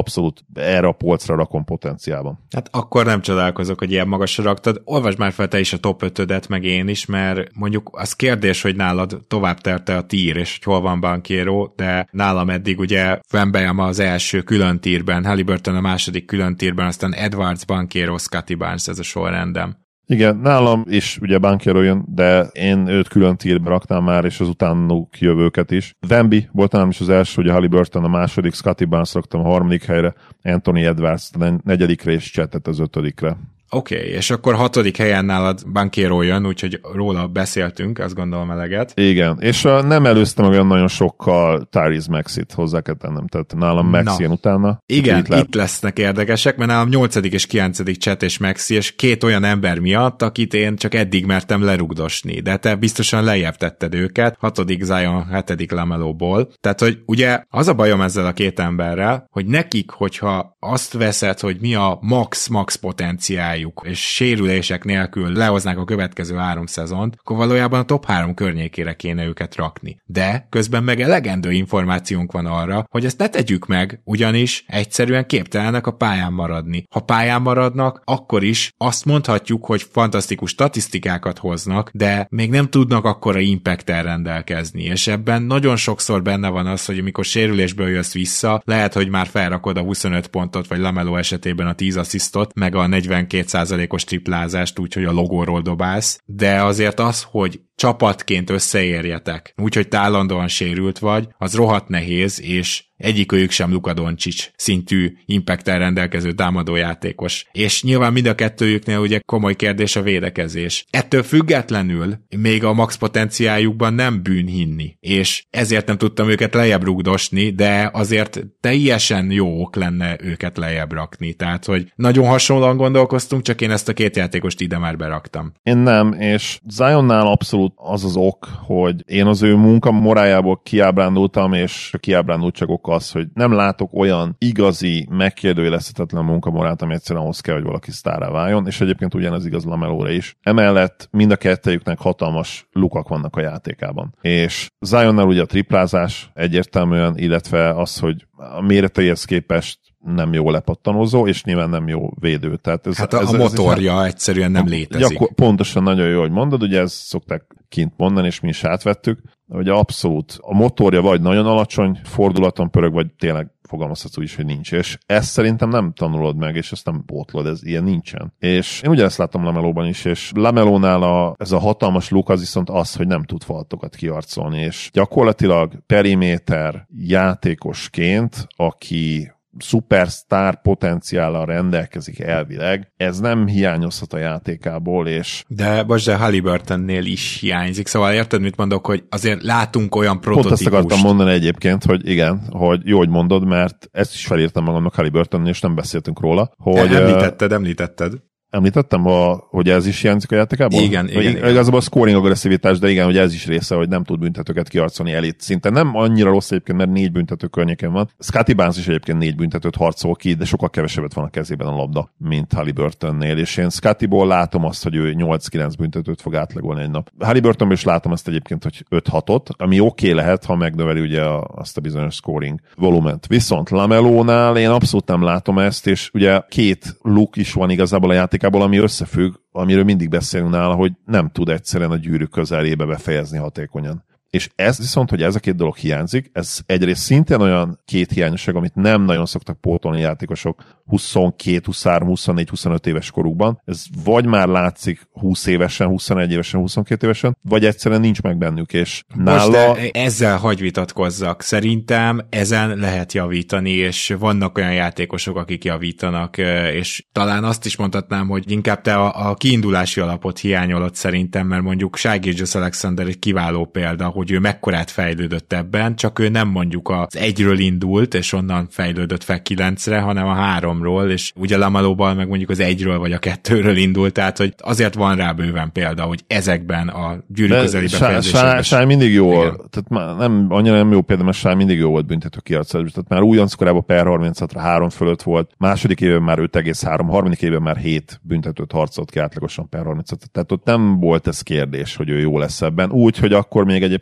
erre a polcra rakom potenciálban. Hát akkor nem csodálkozok, hogy ilyen magasra raktad. Olvasd már fel te is a top 5-ödet, meg én is, mert mondjuk az kérdés, hogy nálad tovább terte a tír, és hogy hol van Banchero, de nálam eddig ugye Wembanyama az első külön tírben, Haliburton a második külön tírben, aztán Edwards, Banchero, Scottie Barnes, ez a sorrendem. Igen, nálam is ugye Banchero jön, de én őt külön tírbe raknám már, és az utánuk jövőket is. Wemby volt nálam is az első, ugye Haliburton a második, Scottie Barnes raktam a harmadik helyre, Anthony Edwards a negyedikre, és Chettet az ötödikre. Oké, és akkor 6. helyen nálad Banchero jön, úgyhogy róla beszéltünk, azt gondolom eleget. Igen, és nem előztem olyan nagyon sokkal Tyrese Maxey-t, hozzá kell tennem, tehát nálam Maxey utána. Igen, itt lesznek érdekesek, mert nálam 8. és 9. Chet és Maxey, és két olyan ember miatt, akit én csak eddig mertem lerugdosni, de te biztosan lejjebb tetted őket, 6. Zion, 7. LaMeloból. Tehát, hogy ugye az a bajom ezzel a két emberrel, hogy nekik, hogyha azt veszed, hogy mi a max potenciál, és sérülések nélkül lehoznák a következő 3 szezont, akkor valójában a top 3 környékére kéne őket rakni. De közben meg elegendő információnk van arra, hogy ezt ne tegyük meg, ugyanis egyszerűen képtelenek a pályán maradni. Ha pályán maradnak, akkor is azt mondhatjuk, hogy fantasztikus statisztikákat hoznak, de még nem tudnak akkora impacttel rendelkezni, és ebben nagyon sokszor benne van az, hogy amikor sérülésből jössz vissza, lehet, hogy már felrakod a 25 pontot, vagy LaMelo esetében a 10 asszisztot, meg a 42%-os triplázást, úgyhogy a logóról dobálsz, de azért az, hogy csapatként összeérjetek, úgyhogy te állandóan sérült vagy, az rohadt nehéz, és egyikőjük sem Luka Doncic szintű impacttel rendelkező támadójátékos. És nyilván mind a kettőjüknél ugye komoly kérdés a védekezés. Ettől függetlenül még a max potenciáljukban nem bűn hinni, és ezért nem tudtam őket lejjebb rugdosni, de azért teljesen jó ok lenne őket lejjebb rakni. Tehát, hogy nagyon hasonlóan gondolkoztunk, csak én ezt a két játékost ide már beraktam. Én nem, és Zionnál abszolút az az ok, hogy én az ő munkamorájából kiábrándultam, és kiábrándult csak ok az, hogy nem látok olyan igazi, megkérdőjelezhetetlen munkamorát, ami egyszerűen ahhoz kell, hogy valaki sztárrá váljon, és egyébként ugyanez igaz LaMelóra is. Emellett mind a kettejüknek hatalmas lukak vannak a játékában. És Zionnál ugye a triplázás egyértelműen, illetve az, hogy a méreteihez képest nem jó lepattanozó, és nyilván nem jó védő. Tehát a motorja egyszerűen nem létezik. Pontosan nagyon jó, hogy mondod, ugye ezt szokták kint mondani, és mi is átvettük, hogy abszolút a motorja vagy nagyon alacsony fordulaton pörög, vagy tényleg fogalmazhatsz úgy is, hogy nincs. És ezt szerintem nem tanulod meg, és ezt nem pótlod, ez ilyen nincsen. És én ugyanezt láttam LaMelóban is, és LaMelónál ez a hatalmas luk az viszont az, hogy nem tud faltokat kiarcolni, és gyakorlatilag periméter játékosként, aki szupersztár potenciállal rendelkezik elvileg, ez nem hiányozhat a játékából, és... De Haliburtonnél is hiányzik, szóval érted, mit mondok, hogy azért látunk olyan prototípust. Pont azt akartam mondani egyébként, hogy igen, hogy jó, hogy mondod, mert ezt is felírtam magamnak Haliburtonnél, és nem beszéltünk róla, hogy... Említetted. Említettem, hogy ez is hiányzik a játékából? Igen. Igazából a scoring agresszivitás, de igen, hogy ez is része, hogy nem tud büntetőket kiharcolni elit szinten. Nem annyira rossz egyébként, mert 4 büntető környéken van. Scottie Barnes is egyébként 4 büntetőt harcol ki, de sokkal kevesebbet van a kezében a labda, mint Haliburtonnél. És én Scottie-ból látom azt, hogy ő 8-9 büntetőt fog átlagolni egy nap. Haliburtonból is látom ezt egyébként, hogy 5-6-ot, ami oké lehet, ha megnöveli ugye azt a bizonyos scoring volument. Viszont LaMelónál én abszolút nem látom ezt, és ugye 2 luk is van igazából a játék, ami összefügg, amiről mindig beszélünk nála, hogy nem tud egyszerűen a gyűrű közelébe befejezni hatékonyan. És ez viszont, hogy ez a 2 dolog hiányzik, ez egyrészt szintén olyan 2 hiányosság, amit nem nagyon szoktak pótolni játékosok 22, 23, 24, 25 éves korukban. Ez vagy már látszik 20 évesen, 21 évesen, 22 évesen, vagy egyszerűen nincs meg bennük, és nála... ezzel hagy vitatkozzak. Szerintem ezen lehet javítani, és vannak olyan játékosok, akik javítanak, és talán azt is mondhatnám, hogy inkább te a kiindulási alapot hiányolod szerintem, mert mondjuk Shai Gilgeous-Alexander egy kiváló példa, hogy ő mekkorát fejlődött ebben, csak ő nem mondjuk az 1-ről indult, és onnan fejlődött fel 9-re, hanem a 3-ról, és ugye LaMelóban meg mondjuk az 1-ről vagy a 2-ről indult, tehát hogy azért van rá bőven példa, hogy ezekben a gyűrű közeli befejezésekben. Shai mindig jó, tehát már annyira nem jó példa, mert Shai mindig jó volt büntető kiharcolás, tehát már újonc korában per 36-ra 3 fölött volt, második évben már 5,3, harmadik évben már 7 büntetőt harcolt ki átlagosan per 36, tehát ott nem volt ez kérdés, hogy ő jó lesz ebben, úgy, hogy akkor még egyébként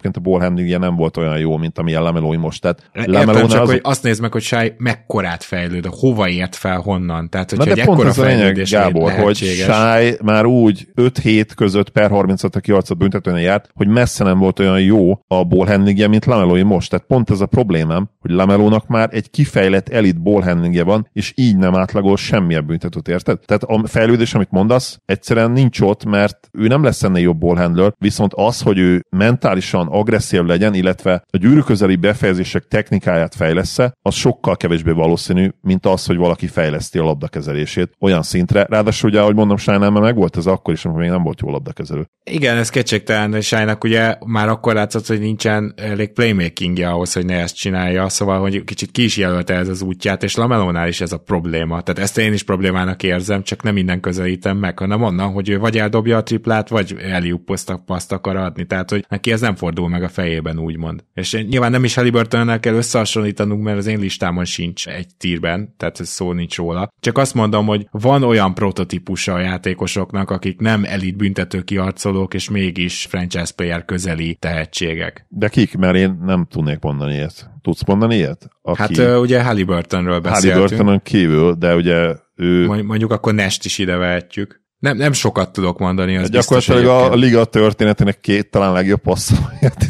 egyébként a ball handlingje nem volt olyan jó, mint amilyen LaMelói most. Tehát értem csak, hogy azt nézd meg, hogy Shai mekkorát fejlőd, hova ért fel, honnan. Tehát, hogyha egy ekkora fejlődés Gábor, hogy Shai már úgy 5 hét között per 35 a kiarcot büntetően járt, hogy messze nem volt olyan jó a ball handlingje, mint LaMelói most. Tehát pont ez a problémám, hogy LaMelónak már egy kifejlett elit ball handlingje van, és így nem átlagol semmilyen büntetőt, érted? Tehát a fejlődés, amit mondasz, egyszerűen nincs ott, mert ő nem lesz ennél jobb ballhandler, viszont az, hogy ő mentálisan agresszív legyen, illetve a gyűrűközeli befejezések technikáját fejlessze, az sokkal kevésbé valószínű, mint az, hogy valaki fejleszti a labdakezelését olyan szintre. Ráadásul ugye, ahogy mondom, Shai-nál meg volt ez akkor is, amikor még nem volt jó labdakezelő. Igen, ez kétségtelen, hogy Shai-nak ugye már akkor látszott, hogy nincsen elég playmakingje ahhoz, hogy ne ezt csinálja, szóval, hogy kicsit ki is jelölte ez az útját, és LaMelónál is ez a probléma. Tehát ezt én is problémának érzem, csak nem minden közelítem meg, hanem onnan, hogy ő vagy eldobja a triplát, vagy eliuppoztak paszt akar adni, tehát hogy neki ez nem fordul meg a fejében, úgymond. És nyilván nem is Haliburtonnel kell összehasonlítanunk, mert az én listámon sincs egy tírben, tehát ez szó nincs róla. Csak azt mondom, hogy van olyan prototípusa a játékosoknak, akik nem elit büntető kiarcolók, és mégis franchise player közeli tehetségek. De kik? Mert én nem tudnék mondani ilyet. Tudsz mondani ilyet? Hát ugye Haliburtonról beszéltünk. Haliburtonon kívül, de ugye ő... Mondjuk akkor Nest is ide vehetjük. Nem sokat tudok mondani, az gyakorlatilag biztos, a liga történetének talán legjobb passzolóját.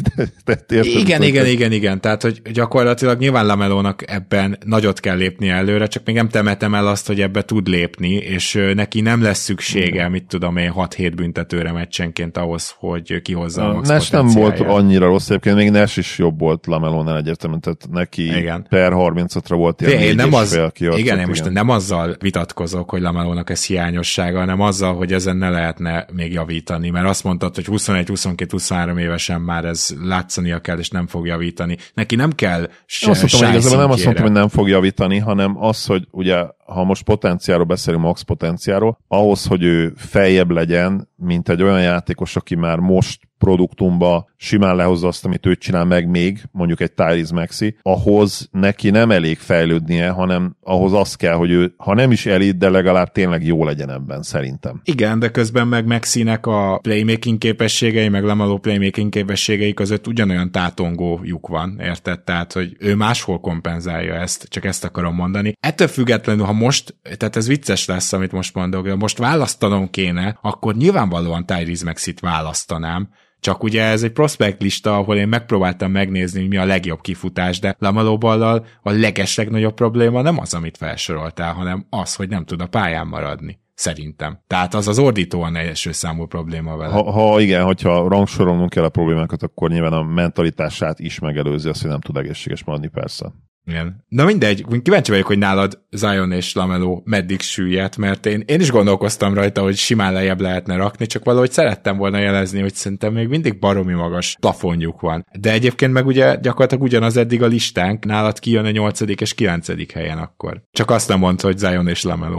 Igen. Tehát, hogy gyakorlatilag nyilván LaMelónak ebben nagyot kell lépni előre, csak még nem temetem el azt, hogy ebbe tud lépni, és neki nem lesz szüksége, mit tudom én, 6-7 büntetőre meccsenként ahhoz, hogy kihozza a max Nash nem volt annyira rossz, egyébként még Nash is jobb volt LaMelónál egyértelműen, tehát neki igen. Per 35-ra volt ilyen 4,5 kiarcot. Igen, én most nem azzal vitatkozok, hogy LaMelónak ez hiányossága, hanem azzal, hogy ezen ne lehetne még javítani, mert azt mondtad, hogy 21-22-23 évesen már ez látszania kell, és nem fog javítani. Neki nem kell nem azt mondtam, hogy nem fog javítani, hanem az, hogy ugye, ha most potenciáról beszélünk, max potenciáról, ahhoz, hogy ő feljebb legyen, mint egy olyan játékos, aki már most produktumba simán lehozza azt, amit ő csinál meg még, mondjuk egy Tyrese Maxey, ahhoz neki nem elég fejlődnie, hanem ahhoz az kell, hogy ő, ha nem is elit, de legalább tényleg jó legyen ebben, szerintem. Igen, de közben meg Maxeynek a playmaking képességei, meg LaMelo playmaking képességei között ugyanolyan tátongó lyuk van, érted? Tehát, hogy ő máshol kompenzálja ezt, csak ezt akarom mondani. Ettől függetlenül, ha most, tehát ez vicces lesz, amit most mondok, de most választanom kéne, akkor nyilvánvalóan Tyrese Maxeyt választanám, csak ugye ez egy prospect lista, ahol én megpróbáltam megnézni, hogy mi a legjobb kifutás, de LaMelo Ball-al a legeslegnagyobb probléma nem az, amit felsoroltál, hanem az, hogy nem tud a pályán maradni. Szerintem. Tehát az ordítóan első számú probléma vele. Igen, hogyha rangsorolnunk kell a problémákat, akkor nyilván a mentalitását is megelőzi azt, hogy nem tud egészséges maradni, persze. Igen. Na mindegy, kíváncsi vagyok, hogy nálad Zion és LaMelo meddig süllyed, mert én is gondolkoztam rajta, hogy simán lejjebb lehetne rakni, csak valahogy szerettem volna jelezni, hogy szerintem még mindig baromi magas plafonjuk van. De egyébként meg ugye gyakorlatilag ugyanaz eddig a listánk, nálad kijön a 8. és 9. helyen akkor. Csak azt nem mondd, hogy Zion és LaMelo.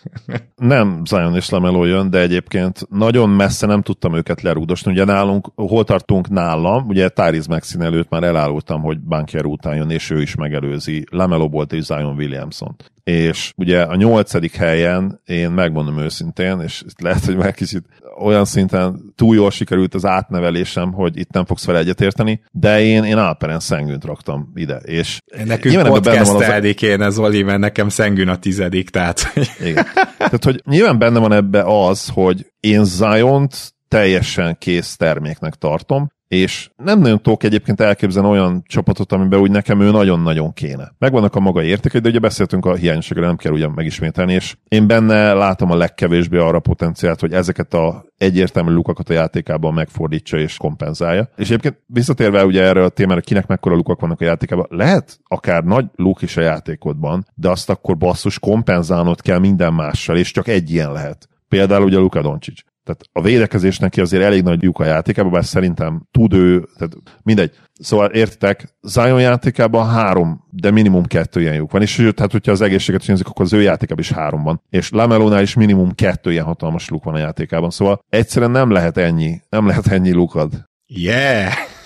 Nem Zion és LaMelo jön, de egyébként nagyon messze nem tudtam őket lerúgdosni. Ugye nálunk, hol tartunk nálam, ugye Tyrese Maxey előtt már elárultam, hogy Banchero után jön, és ő is megelőzi LaMelo Ballt és Zion Williamsont. És ugye a 8. helyen én megmondom őszintén, és lehet, hogy már kicsit olyan szinten túl jól sikerült az átnevelésem, hogy itt nem fogsz vele egyetérteni, de én Alperen Sengunt raktam ide. És nekünk podcastelni kéne, Zoli, mert nekem Sengun a 10. tehát... Igen. Tehát, hogy nyilván benne van ebbe az, hogy én Ziont teljesen kész terméknek tartom, és nem nagyon tudok egyébként elképzelni olyan csapatot, amiben úgy nekem ő nagyon-nagyon kéne. Megvannak a maga értékei, de ugye beszéltünk a hiányosságról, nem kell ugyan megismételni, és én benne látom a legkevésbé arra potenciált, hogy ezeket a egyértelmű lukakat a játékában megfordítsa és kompenzálja. És egyébként visszatérve ugye erre a témára, kinek mekkora lukak vannak a játékában, lehet akár nagy luk is a játékodban, de azt akkor basszus kompenzálnod kell minden mással, és csak egy ilyen lehet. Például ugye Luka Doncic. Tehát a védekezés neki azért elég nagy lyuk a játékában, bár szerintem tud ő, tehát mindegy. Szóval értitek, Zion játékában 3, de minimum 2 ilyen lyuk van, és tehát hogyha az egészséget nézzük, akkor az ő játékában is 3 van. És LaMelónál is minimum 2 ilyen hatalmas luk van a játékában. Szóval egyszerűen nem lehet ennyi lukad. Yeah!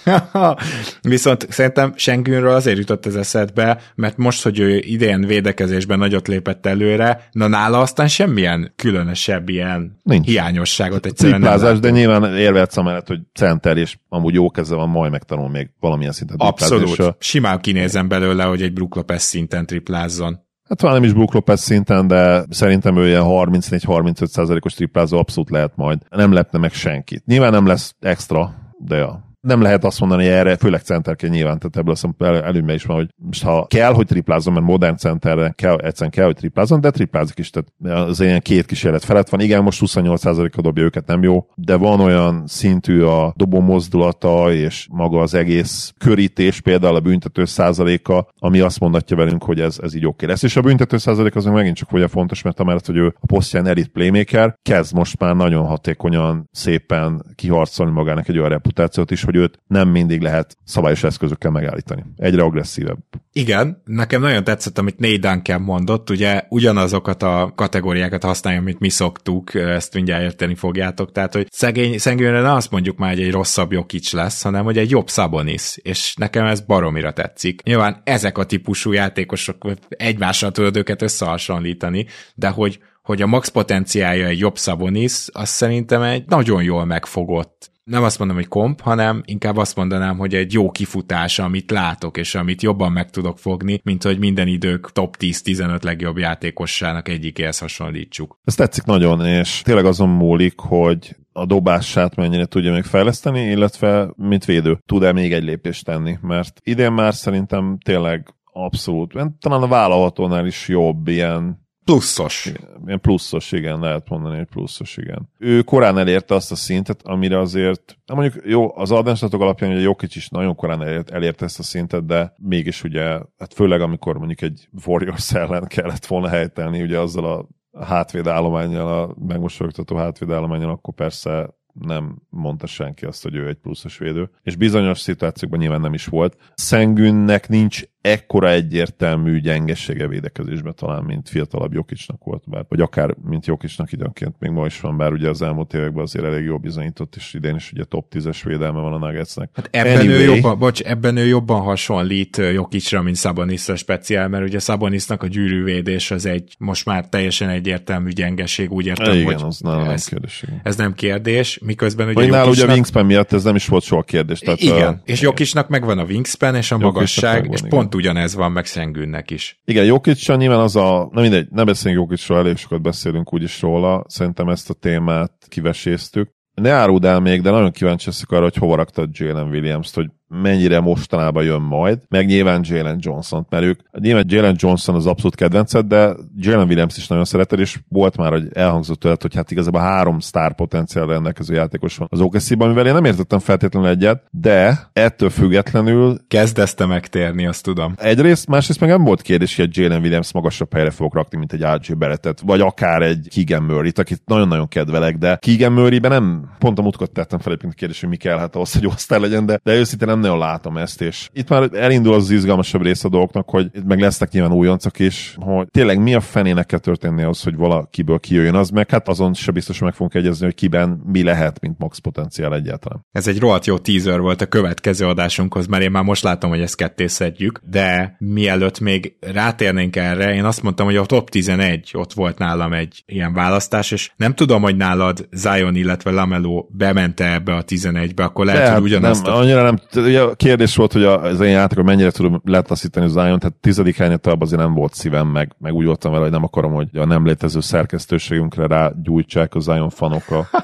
Viszont szerintem Sengunről azért jutott ez eszedbe, mert most, hogy ő idén védekezésben nagyot lépett előre, na nála aztán semmilyen különösebb ilyen hiányosságot egyszerűen nem látom. De nyilván érvehetsz amellett, hogy center, és amúgy jó keze van, majd megtanul még valamilyen szinten triplázni. Abszolút. Simán kinézem belőle, hogy egy Brook Lopez szinten triplázzon. Hát talán nem is Brook Lopez szinten, de szerintem ő ilyen 34-35%-os triplázó abszolút lehet majd. Nem lepne meg senkit. Nyilván nem lesz extra, de ja. Nem lehet azt mondani, hogy erre, főleg centerként nyilván, tehát ebből azt előnyben is van, hogy most ha kell, hogy triplázzon, mert modern centerre egyszerűen kell, hogy triplázzon, de triplázik is, tehát az ilyen 2 kísérlet felett van. Igen, most 28%-a dobja őket, nem jó, de van olyan szintű a dobó mozdulata, és maga az egész körítés, például a büntető százaléka, ami azt mondatja velünk, hogy ez így oké lesz. És a büntető százalék az megint csak ugye fontos, mert amellett, hogy ő a posztján elit playmaker, kezd most már nagyon hatékonyan, szépen kiharcolni magának egy olyan reputációt is, hogy őt nem mindig lehet szabályos eszközökkel megállítani. Egyre agresszívebb. Igen, nekem nagyon tetszett, amit Nate Duncan mondott, ugye ugyanazokat a kategóriákat használja, amit mi szoktuk, ezt mindjárt érteni fogjátok, tehát, hogy Sengunre ne azt mondjuk már, hogy egy rosszabb Jokic lesz, hanem, hogy egy jobb Sabonis, és nekem ez baromira tetszik. Nyilván ezek a típusú játékosok, egymással tudod őket összehasonlítani, de hogy a max potenciálja egy jobb Sabonis, az szerintem egy nagyon jól megfogott, nem azt mondom, hogy komp, hanem inkább azt mondanám, hogy egy jó kifutás, amit látok, és amit jobban meg tudok fogni, mint hogy minden idők top 10-15 legjobb játékossának egyikéhez hasonlítsuk. Ez tetszik nagyon, és tényleg azon múlik, hogy a dobását mennyire tudja még fejleszteni, illetve mint védő tud-e még egy lépést tenni, mert idén már szerintem tényleg abszolút, talán a vállalhatónál is jobb ilyen pluszos. Ilyen pluszos, igen, lehet mondani, hogy pluszos, igen. Ő korán elérte azt a szintet, amire azért, mondjuk jó, az adásnatok alapján ugye Jokic is nagyon korán elérte ezt a szintet, de mégis ugye, hát főleg amikor mondjuk egy Warriors ellen kellett volna helytelni, ugye azzal a hátvédállománnyal, a megmosolyogtató hátvédállománnyal, akkor persze nem mondta senki azt, hogy ő egy pluszos védő. És bizonyos szituációkban nyilván nem is volt. Sengunnek nincs ekkora egyértelmű gyengessége védekezésben talán, mint fiatalabb Jokicnak volt, vagy akár mint Jokicnak időnként még ma is van, bár ugye az elmúlt években azért elég jól bizonyított, és idén is ugye top 10-es védelme van a Nuggetsnek. Hát ebben ő jobban hasonlít Jokicra, mint Sabonisra speciál, mert ugye Sabonisnak a gyűrűvédés az egy most már teljesen egyértelmű gyengeség, úgy értem, igen, hogy az nem kérdés. Ez nem kérdés, miközben ugye Jokicnak... ugye a wingspan miatt ez nem is volt soha kérdés. Tehát igen, és Jokicnak megvan a wingspan és a magasság, és pont ugyanez van meg Sengunnek is. Igen, Jokicsan nyilván az a... Na mindegy, ne beszéljünk Jokicról, elég sokat beszélünk úgyis róla. Szerintem ezt a témát kiveséztük. Ne áruld el még, de nagyon kíváncsi leszek arra, hogy hova raktad Jalen Williams-t, hogy mennyire mostanában jön majd, meg nyilván Jalen Johnson-t, mert ők, nyilván Jalen Johnson az abszolút kedvenced, de Jalen Williams is nagyon szereted, és volt már, hogy elhangzott tőled, hogy hát igazából 3 sztár potenciál rendelkező játékos van az OKC-ban, mivel én nem értettem feltétlenül egyet, de ettől függetlenül kezdezte megtérni, azt tudom. Egyrészt, másrészt meg nem volt kérdés, hogy egy Jalen Williams magasabb helyre fogok rakni, mint egy RJ Barrettet, vagy akár egy Keegan Murray-t, akit nagyon-nagyon kedvelek, de Keegan Murray-ben nem, pont a múltkor tettem fel egy kérdés, hogy mi kell hát ahhoz, hogy osztály legyen, de őszintén nem nagyon látom ezt, és itt már elindul az izgalmasabb rész a dolgoknak, hogy itt meg lesznek nyilván újoncok is, hogy tényleg mi a fenének kell történni ahhoz, hogy valakiből kijöjjön az, meg hát azon se biztos meg fogunk egyezni, hogy kiben mi lehet, mint max potenciál egyáltalán. Ez egy rohadt jó teaser volt a következő adásunkhoz, mert én már most látom, hogy ezt kettészedjük, de mielőtt még rátérnénk erre, én azt mondtam, hogy a top 11 ott volt nálam egy ilyen választás, és nem tudom, hogy nálad Zion, illetve LaMelo bemente ebbe a 11-be, akkor lehet, hogy ugyanazt... Nem, annyira nem. Ugye a kérdés volt, hogy az én játékon mennyire tudom letaszítani Zion, tehát 10. helyen talán azért nem volt szívem, meg úgy voltam vele, hogy nem akarom, hogy a nem létező szerkesztőségünkre rágyújtsák a Zion fanok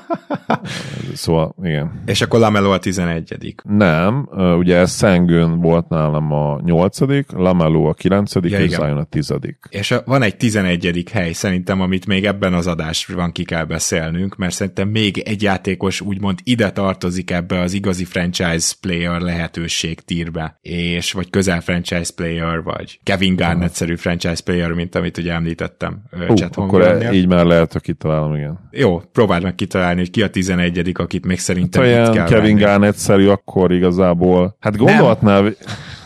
szóval, igen. És akkor LaMelo a 11. Nem, ugye Sengun volt nálam a 8., LaMelo a 9., és Zion a 10. És van egy 11. hely szerintem, amit még ebben az adásban ki kell beszélnünk, mert szerintem még egy játékos úgymond ide tartozik ebbe az igazi franchise player lehetőség tírbe, és vagy közel franchise player, vagy Kevin Garnett-szerű franchise player, mint amit ugye említettem. Akkor így már lehet, hogy kitalálom, igen. Jó, próbáld meg kitalálni, hogy ki a 11., akit még szerintem itt kell Kevin Garnett-szerű, akkor igazából, hát gondolhatnál...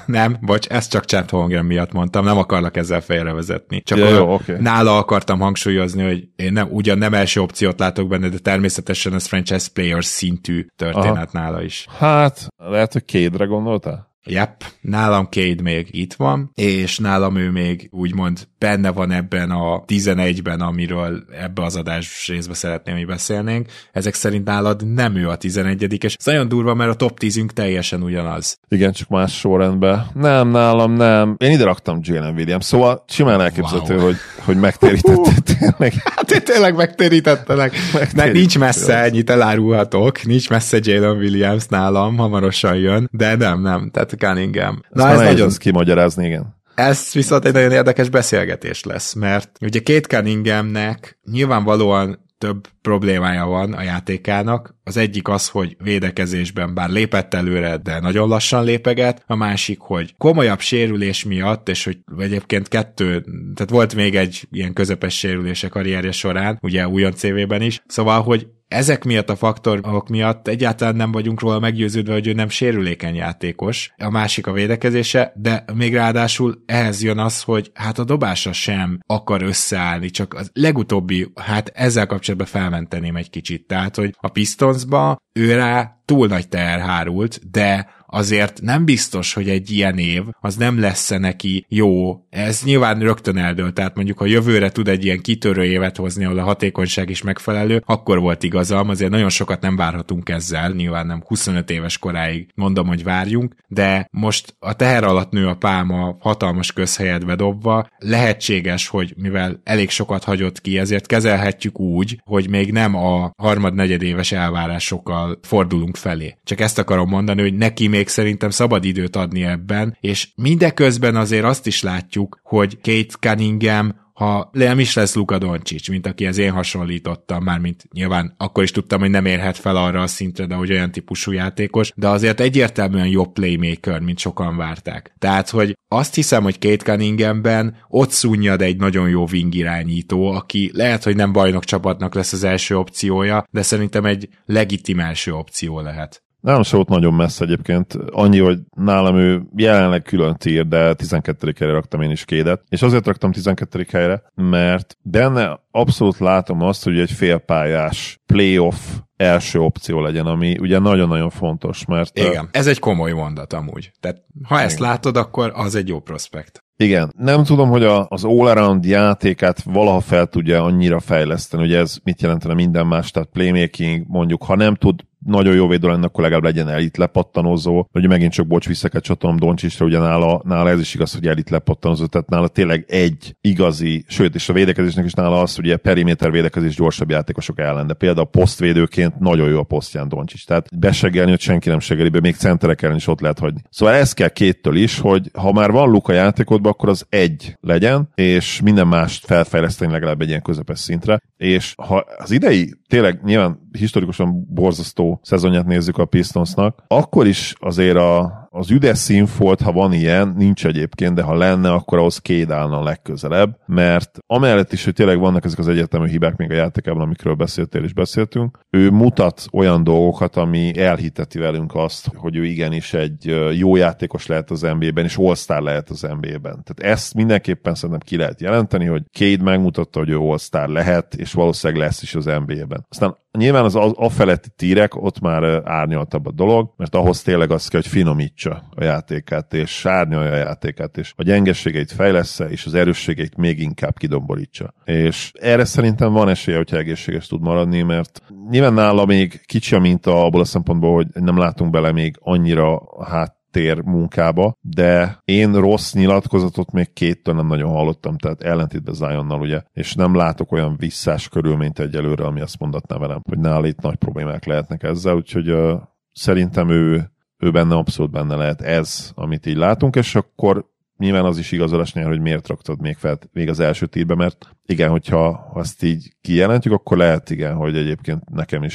Nem, bocs, ezt csak Chet Holmgren miatt mondtam, nem akarlak ezzel félrevezetni. Csak jó, okay. Nála akartam hangsúlyozni, hogy én ugyan nem első opciót látok benne, de természetesen ez franchise player szintű történet nála is. Hát, lehet, hogy Cade-re gondoltál? Yep, nálam Cade még itt van, és nálam ő még úgymond benne van ebben a 11-ben, amiről ebbe az adás részbe szeretném, hogy beszélnénk. Ezek szerint nálad nem ő a 11, és ez nagyon durva, mert a top 10-ünk teljesen ugyanaz. Igen, csak más sorrendben. Nem, nálam nem. Én ide raktam Jalen Williams, szóval simán elképzelhető, hogy megtérítetted tényleg. Hát tényleg megtérítettelek. Nincs messze, ennyit elárulhatok. Nincs messze Jalen Williams nálam, hamarosan jön, de nem. Tehát Cunningham. Na, ez nagyon kimagyarázni, igen. Ez viszont egy nagyon érdekes beszélgetés lesz, mert ugye Cade Cunninghamnek nyilvánvalóan több problémája van a játékának. Az egyik az, hogy védekezésben bár lépett előre, de nagyon lassan lépeget. A másik, hogy komolyabb sérülés miatt, és hogy egyébként tehát volt még egy ilyen közepes sérülése karrierje során, ugye újon CV-ben is. Szóval, hogy ezek miatt a faktorok miatt egyáltalán nem vagyunk róla meggyőződve, hogy ő nem sérülékeny játékos. A másik a védekezése, de még ráadásul ehhez jön az, hogy hát a dobása sem akar összeállni, csak az legutóbbi, hát ezzel kapcsolatban felmenteném egy kicsit. Tehát, hogy a Pistonsba ő rá túl nagy teher hárult, de azért nem biztos, hogy egy ilyen év, az nem lesz neki jó. Ez nyilván rögtön eldől, tehát mondjuk, ha jövőre tud egy ilyen kitörő évet hozni, ahol a hatékonyság is megfelelő, akkor volt igazam, azért nagyon sokat nem várhatunk ezzel, nyilván nem 25 éves koráig mondom, hogy várjunk, de most a teher alatt nő a pálma hatalmas közhelyet bedobva, lehetséges, hogy mivel elég sokat hagyott ki, ezért kezelhetjük úgy, hogy még nem a harmad-negyedéves elvárásokkal fordulunk felé. Csak ezt akarom mondani, hogy neki még szerintem szabad időt adni ebben, és mindeközben azért azt is látjuk, hogy Cade Cunningham, ha nem is lesz Luka Doncic, mint akihez én hasonlítottam, mármint nyilván akkor is tudtam, hogy nem érhet fel arra a szintre, de hogy olyan típusú játékos, de azért egyértelműen jobb playmaker, mint sokan várták. Tehát, hogy azt hiszem, hogy Cade Cunninghamben ott szunnyad egy nagyon jó wing irányító, aki lehet, hogy nem bajnok csapatnak lesz az első opciója, de szerintem egy legitim első opció lehet. Nem se volt nagyon messze egyébként. Annyi, hogy nálam ő jelenleg külön tier, de 12. helyre raktam én is Cade-et. És azért raktam 12. helyre, mert benne abszolút látom azt, hogy egy félpályás playoff első opció legyen, ami ugye nagyon-nagyon fontos, mert... Igen, ez egy komoly mondat amúgy. Tehát ha ezt látod, akkor az egy jó prospekt. Igen, nem tudom, hogy az all-around játékát valaha fel tudja annyira fejleszteni, ugye ez mit jelentene minden más, tehát playmaking, mondjuk, ha nem tud nagyon jó védő lenne, akkor legalább legyen elit lepattanozó. Ugye megint csak bocs, vissza kell csatolnom Doncsisra, ugye nála ez is igaz, hogy elit lepattanozó, tehát nála tényleg egy igazi, sőt, és a védekezésnek is nála az, hogy ugye periméter védekezés gyorsabb játékosok ellen, de például posztvédőként nagyon jó a posztján Doncsics. Tehát beseggelni, hogy senki nem segeli be, még centerek ellen is ott lehet hagyni. Szóval ez kell Cade-től is, hogy ha már van Luka játékodban, akkor az egy legyen, és minden mást felfejleszteni legalább egy ilyen közepes szintre. És ha az idei tényleg nyilván historikusan borzasztó szezonját nézzük a Pistonsnak, akkor is azért az üdes színfolt, ha van ilyen, nincs egyébként, de ha lenne, akkor ahhoz Cade állna a legközelebb, mert amellett is, hogy tényleg vannak ezek az egyértelmű hibák még a játékában, amikről beszéltél és beszéltünk, ő mutat olyan dolgokat, ami elhiteti velünk azt, hogy ő igenis egy jó játékos lehet az NBA-ben, és all-star lehet az NBA-ben. Tehát ezt mindenképpen szerintem ki lehet jelenteni, hogy Cade megmutatta, hogy ő all-star lehet, és valószínűleg lesz is az NBA-ben. Aztán nyilván az afeletti tírek, ott már árnyaltabb a dolog, mert ahhoz tényleg az kell, hogy finomítsa a játékát, és árnyalja a játékát, és a gyengességeit fejlessze, és az erősségeit még inkább kidomborítsa. És erre szerintem van esélye, hogyha egészséges tud maradni, mert nyilván nála még kicsi a minta abból a szempontból, hogy nem látunk bele még annyira tér munkába, de én rossz nyilatkozatot még Cade-től nem nagyon hallottam, tehát ellentétben Zionnal, ugye, és nem látok olyan visszás körülményt egyelőre, ami azt mondatná velem, hogy nála itt nagy problémák lehetnek ezzel, úgyhogy szerintem ő benne abszolút benne lehet ez, amit így látunk, és akkor nyilván az is igazolás nyer, hogy miért raktad még az első tírbe, mert igen, hogyha azt így kijelentjük, akkor lehet igen, hogy egyébként nekem is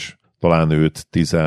talán őt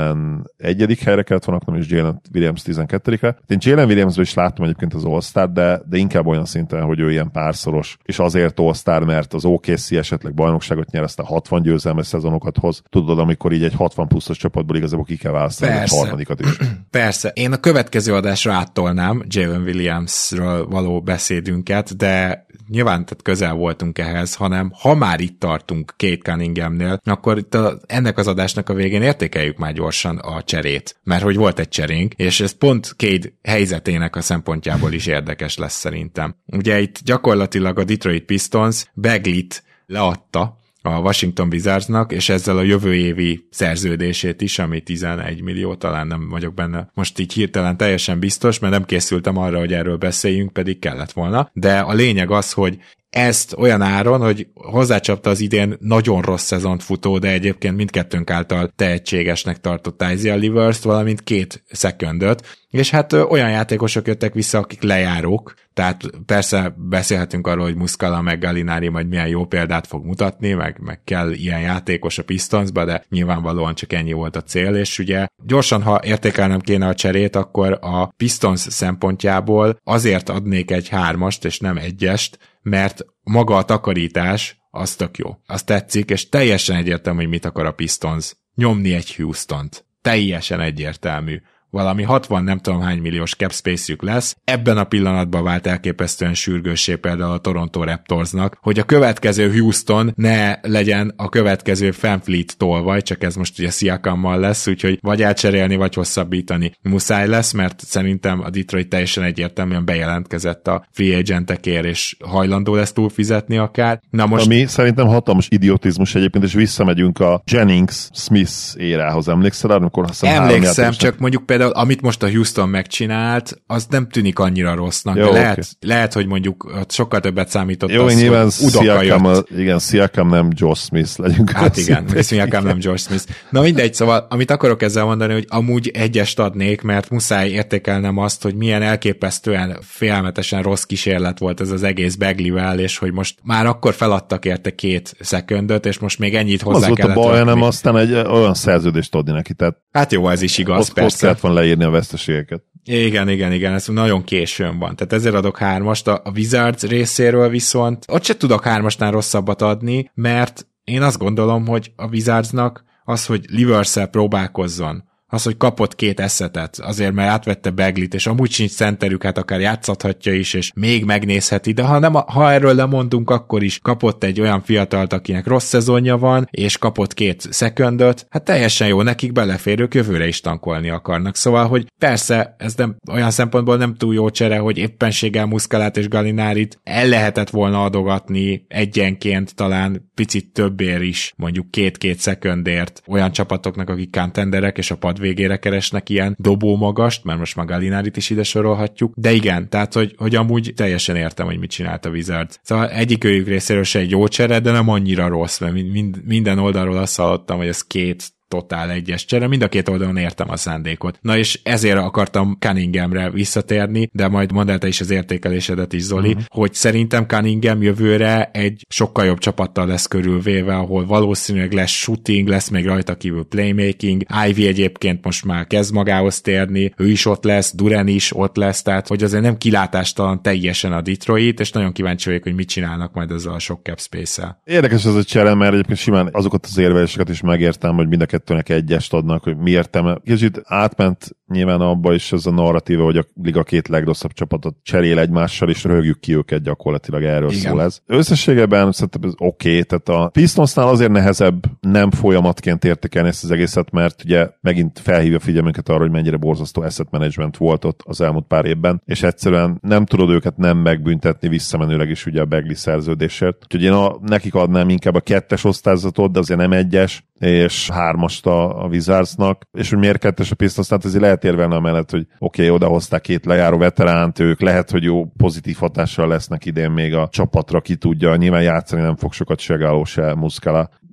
11. helyre kellett volna, nem is Jalen Williams 12-re. Én Jalen Williamsből is láttam egyébként az All-Star, de inkább olyan szinten, hogy ő ilyen párszoros, és azért All-Star, mert az OKC esetleg bajnokságot nyer, aztán 60 győzelmes szezonokat hoz. Tudod, amikor így egy 60 pluszos csapatból igazából ki kell választani egy harmadikat is. Persze. Én a következő adásra áttolnám Jalen Williamsről való beszédünket, de nyilván tehát közel voltunk ehhez, hanem ha már itt tartunk Cade Cunninghamnél, akkor itt ennek az adásnak a végén értékeljük már gyorsan a cserét, mert hogy volt egy cserénk, és ez pont Cade helyzetének a szempontjából is érdekes lesz szerintem. Ugye itt gyakorlatilag a Detroit Pistons Bagleyt leadta a Washington Wizardsnak, és ezzel a jövő évi szerződését is, ami 11 millió, talán nem vagyok benne most így hirtelen teljesen biztos, mert nem készültem arra, hogy erről beszéljünk, pedig kellett volna. De a lényeg az, hogy ezt olyan áron, hogy hozzácsapta az idén nagyon rossz szezont futó, de egyébként mindkettőnk által tehetségesnek tartott Isaiah Livers-t, valamint 2 secondöt, és hát olyan játékosok jöttek vissza, akik lejárók, tehát persze beszélhetünk arról, hogy Muscala meg Gallinari majd milyen jó példát fog mutatni, meg kell ilyen játékos a Pistonsba, de nyilvánvalóan csak ennyi volt a cél, és ugye gyorsan, ha értékelnem kéne a cserét, akkor a Pistons szempontjából azért adnék egy 3-ast, és nem 1-est, mert maga a takarítás az tök jó. Az tetszik, és teljesen egyértelmű, hogy mit akar a Pistons. Nyomni egy Houstont. Teljesen egyértelmű. Valami 60 nem tudom hány milliós cap space-jük lesz. Ebben a pillanatban vált elképesztően sürgőssé például a Toronto Raptorsnak, hogy a következő Houston ne legyen a következő Fanfleet tolvaj, csak ez most ugye Siakammal lesz, úgyhogy vagy elcserélni, vagy hosszabbítani muszáj lesz, mert szerintem a Detroit teljesen egyértelműen bejelentkezett a free agentekért, és hajlandó lesz túlfizetni akár. Na most... Ami szerintem hatalmas idiotizmus egyébként, és visszamegyünk a Jennings-Smith érához. Emlékszel arra, amikor emlékszem, csak mondjuk például amit most a Houston megcsinált, az nem tűnik annyira rossznak. Jó, lehet, hogy mondjuk sokkal többet számított jó, az, nyilván hogy Udoka jött. Igen, Siakam nem Josh Smith, legyünk. Hát igen, Siakam nem Josh Smith. Na mindegy, szóval amit akarok ezzel mondani, hogy amúgy 1-est adnék, mert muszáj értékelnem azt, hogy milyen elképesztően félelmetesen rossz kísérlet volt ez az egész Bagleyvel, és hogy most már akkor feladtak érte 2 secondöt, és most még ennyit hozzá kellett. Az volt a baj, nem aztán egy olyan szerződést adni neki. Tehát hát jó, ez is igaz, persze. Ott van leírni a veszteségeket. Igen, ez nagyon későn van. Tehát ezért adok 3-ast, a Wizards részéről viszont ott se tudok 3-asnál rosszabbat adni, mert én azt gondolom, hogy a Wizardsnak az, hogy Livers-szel próbálkozzon, az, hogy kapott 2 eszetet, azért mert átvette Bagleyt, és amúgy sincs centerük, hát akár játszathatja is, és még megnézheti, de ha erről lemondunk, akkor is kapott egy olyan fiatalt, akinek rossz szezonja van, és kapott 2 secondot, hát teljesen jó, nekik beleférők jövőre is tankolni akarnak. Szóval, hogy persze, ez nem olyan szempontból nem túl jó csere, hogy éppenséggel Muscalát és Gallinárit el lehetett volna adogatni egyenként, talán picit többért is, mondjuk 2-2 secondért olyan csapatoknak, akik contenderek, és a pad végére keresnek ilyen dobó magast, mert most már Gallinárit is ide sorolhatjuk, de igen, tehát hogy amúgy teljesen értem, hogy mit csinált a Wizards. Szóval egyikőjük részéről se egy jó csere, de nem annyira rossz, mert minden oldalról azt hallottam, hogy ez 2 totál 1-es csere, mind a 2 oldalon értem a szándékot. Na és ezért akartam Cunninghamre visszatérni, de majd mondd el te is az értékelésedet is, Zoli, hogy szerintem Cunningham jövőre egy sokkal jobb csapattal lesz körülvéve, ahol valószínűleg lesz shooting, lesz még rajta kívül playmaking, Ivy egyébként most már kezd magához térni, ő is ott lesz, Duren is ott lesz, tehát hogy azért nem kilátástalan teljesen a Detroit, és nagyon kíváncsi vagyok, hogy mit csinálnak majd ezzel a sok cap space-el. Érdekes ez a csere, mert egyébként simán azokat az érveléseket is megértem, hogy mind a kettőnek 1-est adnak, hogy mi értelme. Kicsit átment nyilván abba is ez a narratíva, hogy a liga 2 legrosszabb csapatot cserél egymással, és röhögjük ki őket, gyakorlatilag erről igen. Szól ez. Összességében szerintem ez oké, tehát a Pistonsnál azért nehezebb nem folyamatként értékelni ezt az egészet, mert ugye megint felhívja figyelmünket arra, hogy mennyire borzasztó asset management volt ott az elmúlt pár évben, és egyszerűen nem tudod őket nem megbüntetni visszamenőleg is ugye a Bagley szerződésért. Úgyhogy én nekik adnám inkább a 2-es osztályzatot, de azért nem 1-es, és 3-ast a Wizardsnak, és hogy miért 2-es a Pistons, tehát ezért lehet érvelni amellett, hogy oké, odahozták 2 lejáró veteránt, ők lehet, hogy jó pozitív hatással lesznek idén még a csapatra, ki tudja, nyilván játszani nem fog sokat se Gallo, se Muscala.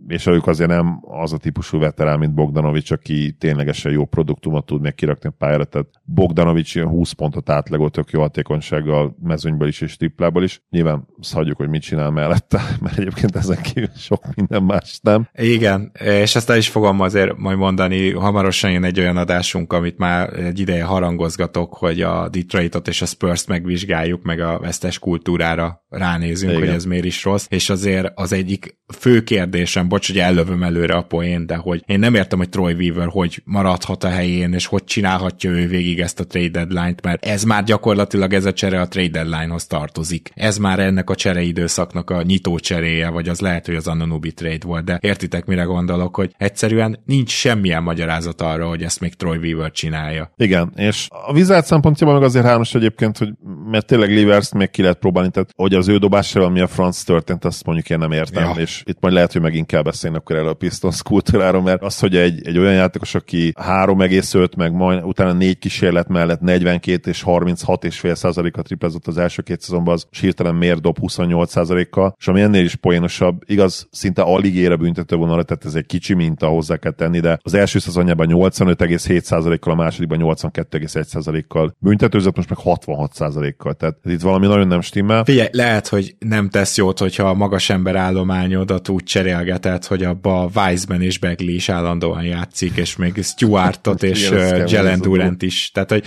és ők azért nem az a típusú veterán, mint Bogdanovics, aki ténylegesen jó produktumot tud még kirakni a pályára, tehát Bogdanovics 20 pontot átlagolt tök jó hatékonysággal mezőnyből is és triplából is. Nyilván azt hagyjuk, hogy mit csinál mellette, mert egyébként ezen kívül sok minden más nem. Igen, és ezt el is fogom azért majd mondani, hamarosan jön egy olyan adásunk, amit már egy ideje harangozgatok, hogy a Detroitot és a Spurs-t megvizsgáljuk, meg a vesztes kultúrára ránézünk, igen, hogy ez miért is rossz, és azért az egyik fő kérdésem, bocs, hogy ellövöm előre a poén, de hogy én nem értem, hogy Troy Weaver hogy maradhat a helyén, és hogy csinálhatja ő végig ezt a trade deadline-t, mert ez már gyakorlatilag ez a csere a trade deadline-hoz tartozik. Ez már ennek a csereidőszaknak a nyitó cseréje, vagy az lehet, hogy az Anunoby trade volt, de értitek, mire gondolok, hogy egyszerűen nincs semmilyen magyarázat arra, hogy ezt még Troy Weaver csinálja. Igen, és a Wizards szempontjából meg azért hármas egyébként, hogy mert tényleg Livers-t még ki lehet próbálni, tehát hogy az ő dobással, ami a franc történt, azt mondjuk én nem értem, ja. És itt majd lehet, hogy megint kell beszélni akkor erről a Pistons kultúráról, mert az, hogy egy olyan játékos, aki 3,5, meg majd utána 4 kísérlet mellett 42 és 36,5%-a triplázott az első 2 szezonban, az hirtelen miért dob 28%-kal, és ami ennél is poénosabb, igaz, szinte alig ér a büntetővonalat, tehát ez egy kicsi minta, hozzá kell tenni, de az első szezonjában 85,7%-kal, a másodikban 82,1%-kal büntetőzött, most meg 66%-kal, tehát itt valami nagyon nem stimmel. Figyelj, lehet, hogy nem tesz jót, hogyha a magas ember állományodat úgy cserélgetett, hogy abba Weissman és Bagley is állandóan játszik, és még Stewartot és Jalen Durant is. Tehát, hogy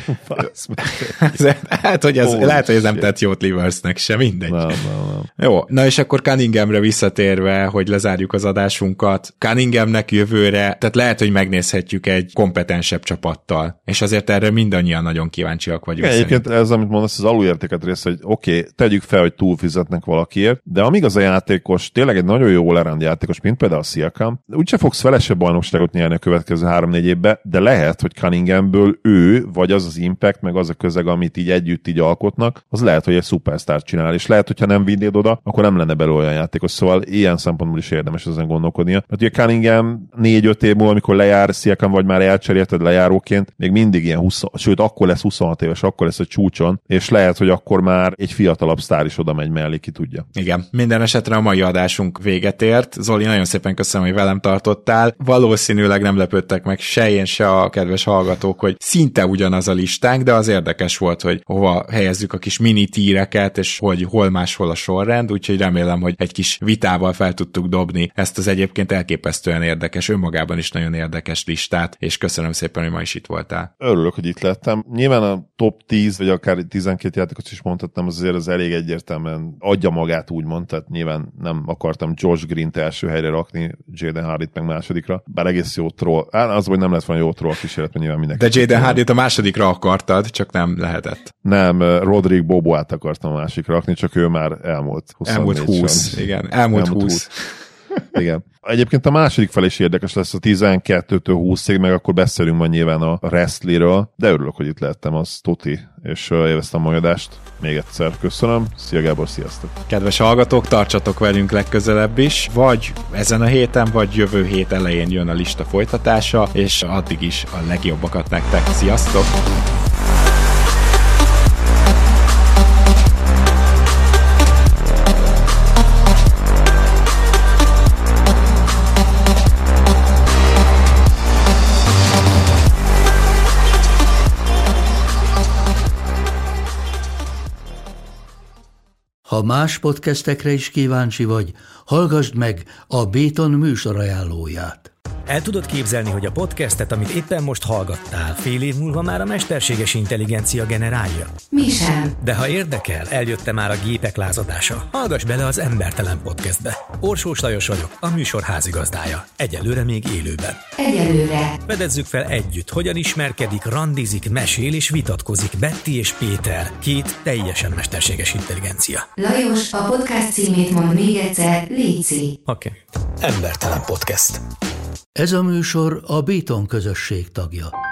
lehet, hogy ez nem tett jót Liversnek sem, mindegy. Nem. Jó, na és akkor Cunninghamre visszatérve, hogy lezárjuk az adásunkat. Cunninghamnek jövőre, tehát lehet, hogy megnézhetjük egy kompetensebb csapattal, és azért erre mindannyian nagyon kíváncsiak vagyunk. Egyébként ez, amit mondasz, az alulértéket rész, hogy oké, tegyük fel, hogy túlfizetnek valakiért, de amíg az a játékos tényleg egy nagyon jó all-around játékos, mint például a Siakam, úgyse fogsz felesebb bajnokságot nyerni a következő 3-4 évben, de lehet, hogy Cunninghamből ő, vagy az az impact, meg az a közeg, amit így együtt így alkotnak, az lehet, hogy egy szupersztárt csinál, és lehet, hogyha nem vinnéd oda, akkor nem lenne belőle olyan játékos, szóval ilyen szempontból is érdemes ezen gondolkodnia. Mert ugye Cunningham 4-5 év múlva, amikor lejár, Siakam vagy már elcserélted lejáróként, még mindig ilyen 20, sőt akkor lesz 26 éves, akkor lesz a csúcson, és lehet, hogy akkor már egy fiatalabb sztár is oda megy mellé, ki tudja. Igen, minden esetre a mai adásunk véget ért. Zoli, nagyon szépen köszönöm, hogy velem tartottál. Valószínűleg nem lepődtek meg se én, se a kedves hallgatók, hogy szinte ugyanaz a listánk, de az érdekes volt, hogy hova helyezzük a kis mini tíreket, és hogy hol máshol a sorrend, úgyhogy remélem, hogy egy kis vitával fel tudtuk dobni ezt az egyébként elképesztően érdekes, önmagában is nagyon érdekes listát, és köszönöm szépen, hogy ma is itt voltál. Örülök, hogy itt lettem. Nyilván a top 10, vagy akár 12 játékot is mondhatnám, az azért az elég egyértelműen adja magát, úgymond, tehát nyilván nem akartam Josh Green-t első helyre rakni, Jaden Hardyt meg másodikra, bár egész jó troll. Az, hogy nem lett volna jó troll kísérlet, mert nyilván mindenki. De Jaden Hardyt a másodikra akartad, csak nem lehetett. Nem, Rodrigue Boboát akartam a másikra rakni, csak ő már elmúlt 24. Elmúlt 20, igen. Elmúlt 20. Igen. Egyébként a második fel is érdekes lesz a 12-től 20-ig, meg akkor beszélünk majd nyilván a wrestling-ről, de örülök, hogy itt lehettem, az tuti, és élveztem a mai adást. Még egyszer köszönöm. Szia Gábor, sziasztok! Kedves hallgatók, tartsatok velünk legközelebb is, vagy ezen a héten, vagy jövő hét elején jön a lista folytatása, és addig is a legjobbakat nektek. Sziasztok! Ha más podcastekre is kíváncsi vagy, hallgassd meg a Béton műsor ajánlóját. El tudod képzelni, hogy a podcastet, amit éppen most hallgattál, fél év múlva már a mesterséges intelligencia generálja? Mi sem. De ha érdekel, eljött már a gépek lázadása. Hallgass bele az Embertelen Podcastbe. Orsós Lajos vagyok, a műsor házigazdája. Egyelőre még élőben. Egyelőre. Fedezzük fel együtt, hogyan ismerkedik, randizik, mesél és vitatkozik Betty és Péter, két teljesen mesterséges intelligencia. Lajos, a podcast címét mond még egyszer, léci. Oké. Embertelen Podcast. Ez a műsor a Béton közösség tagja.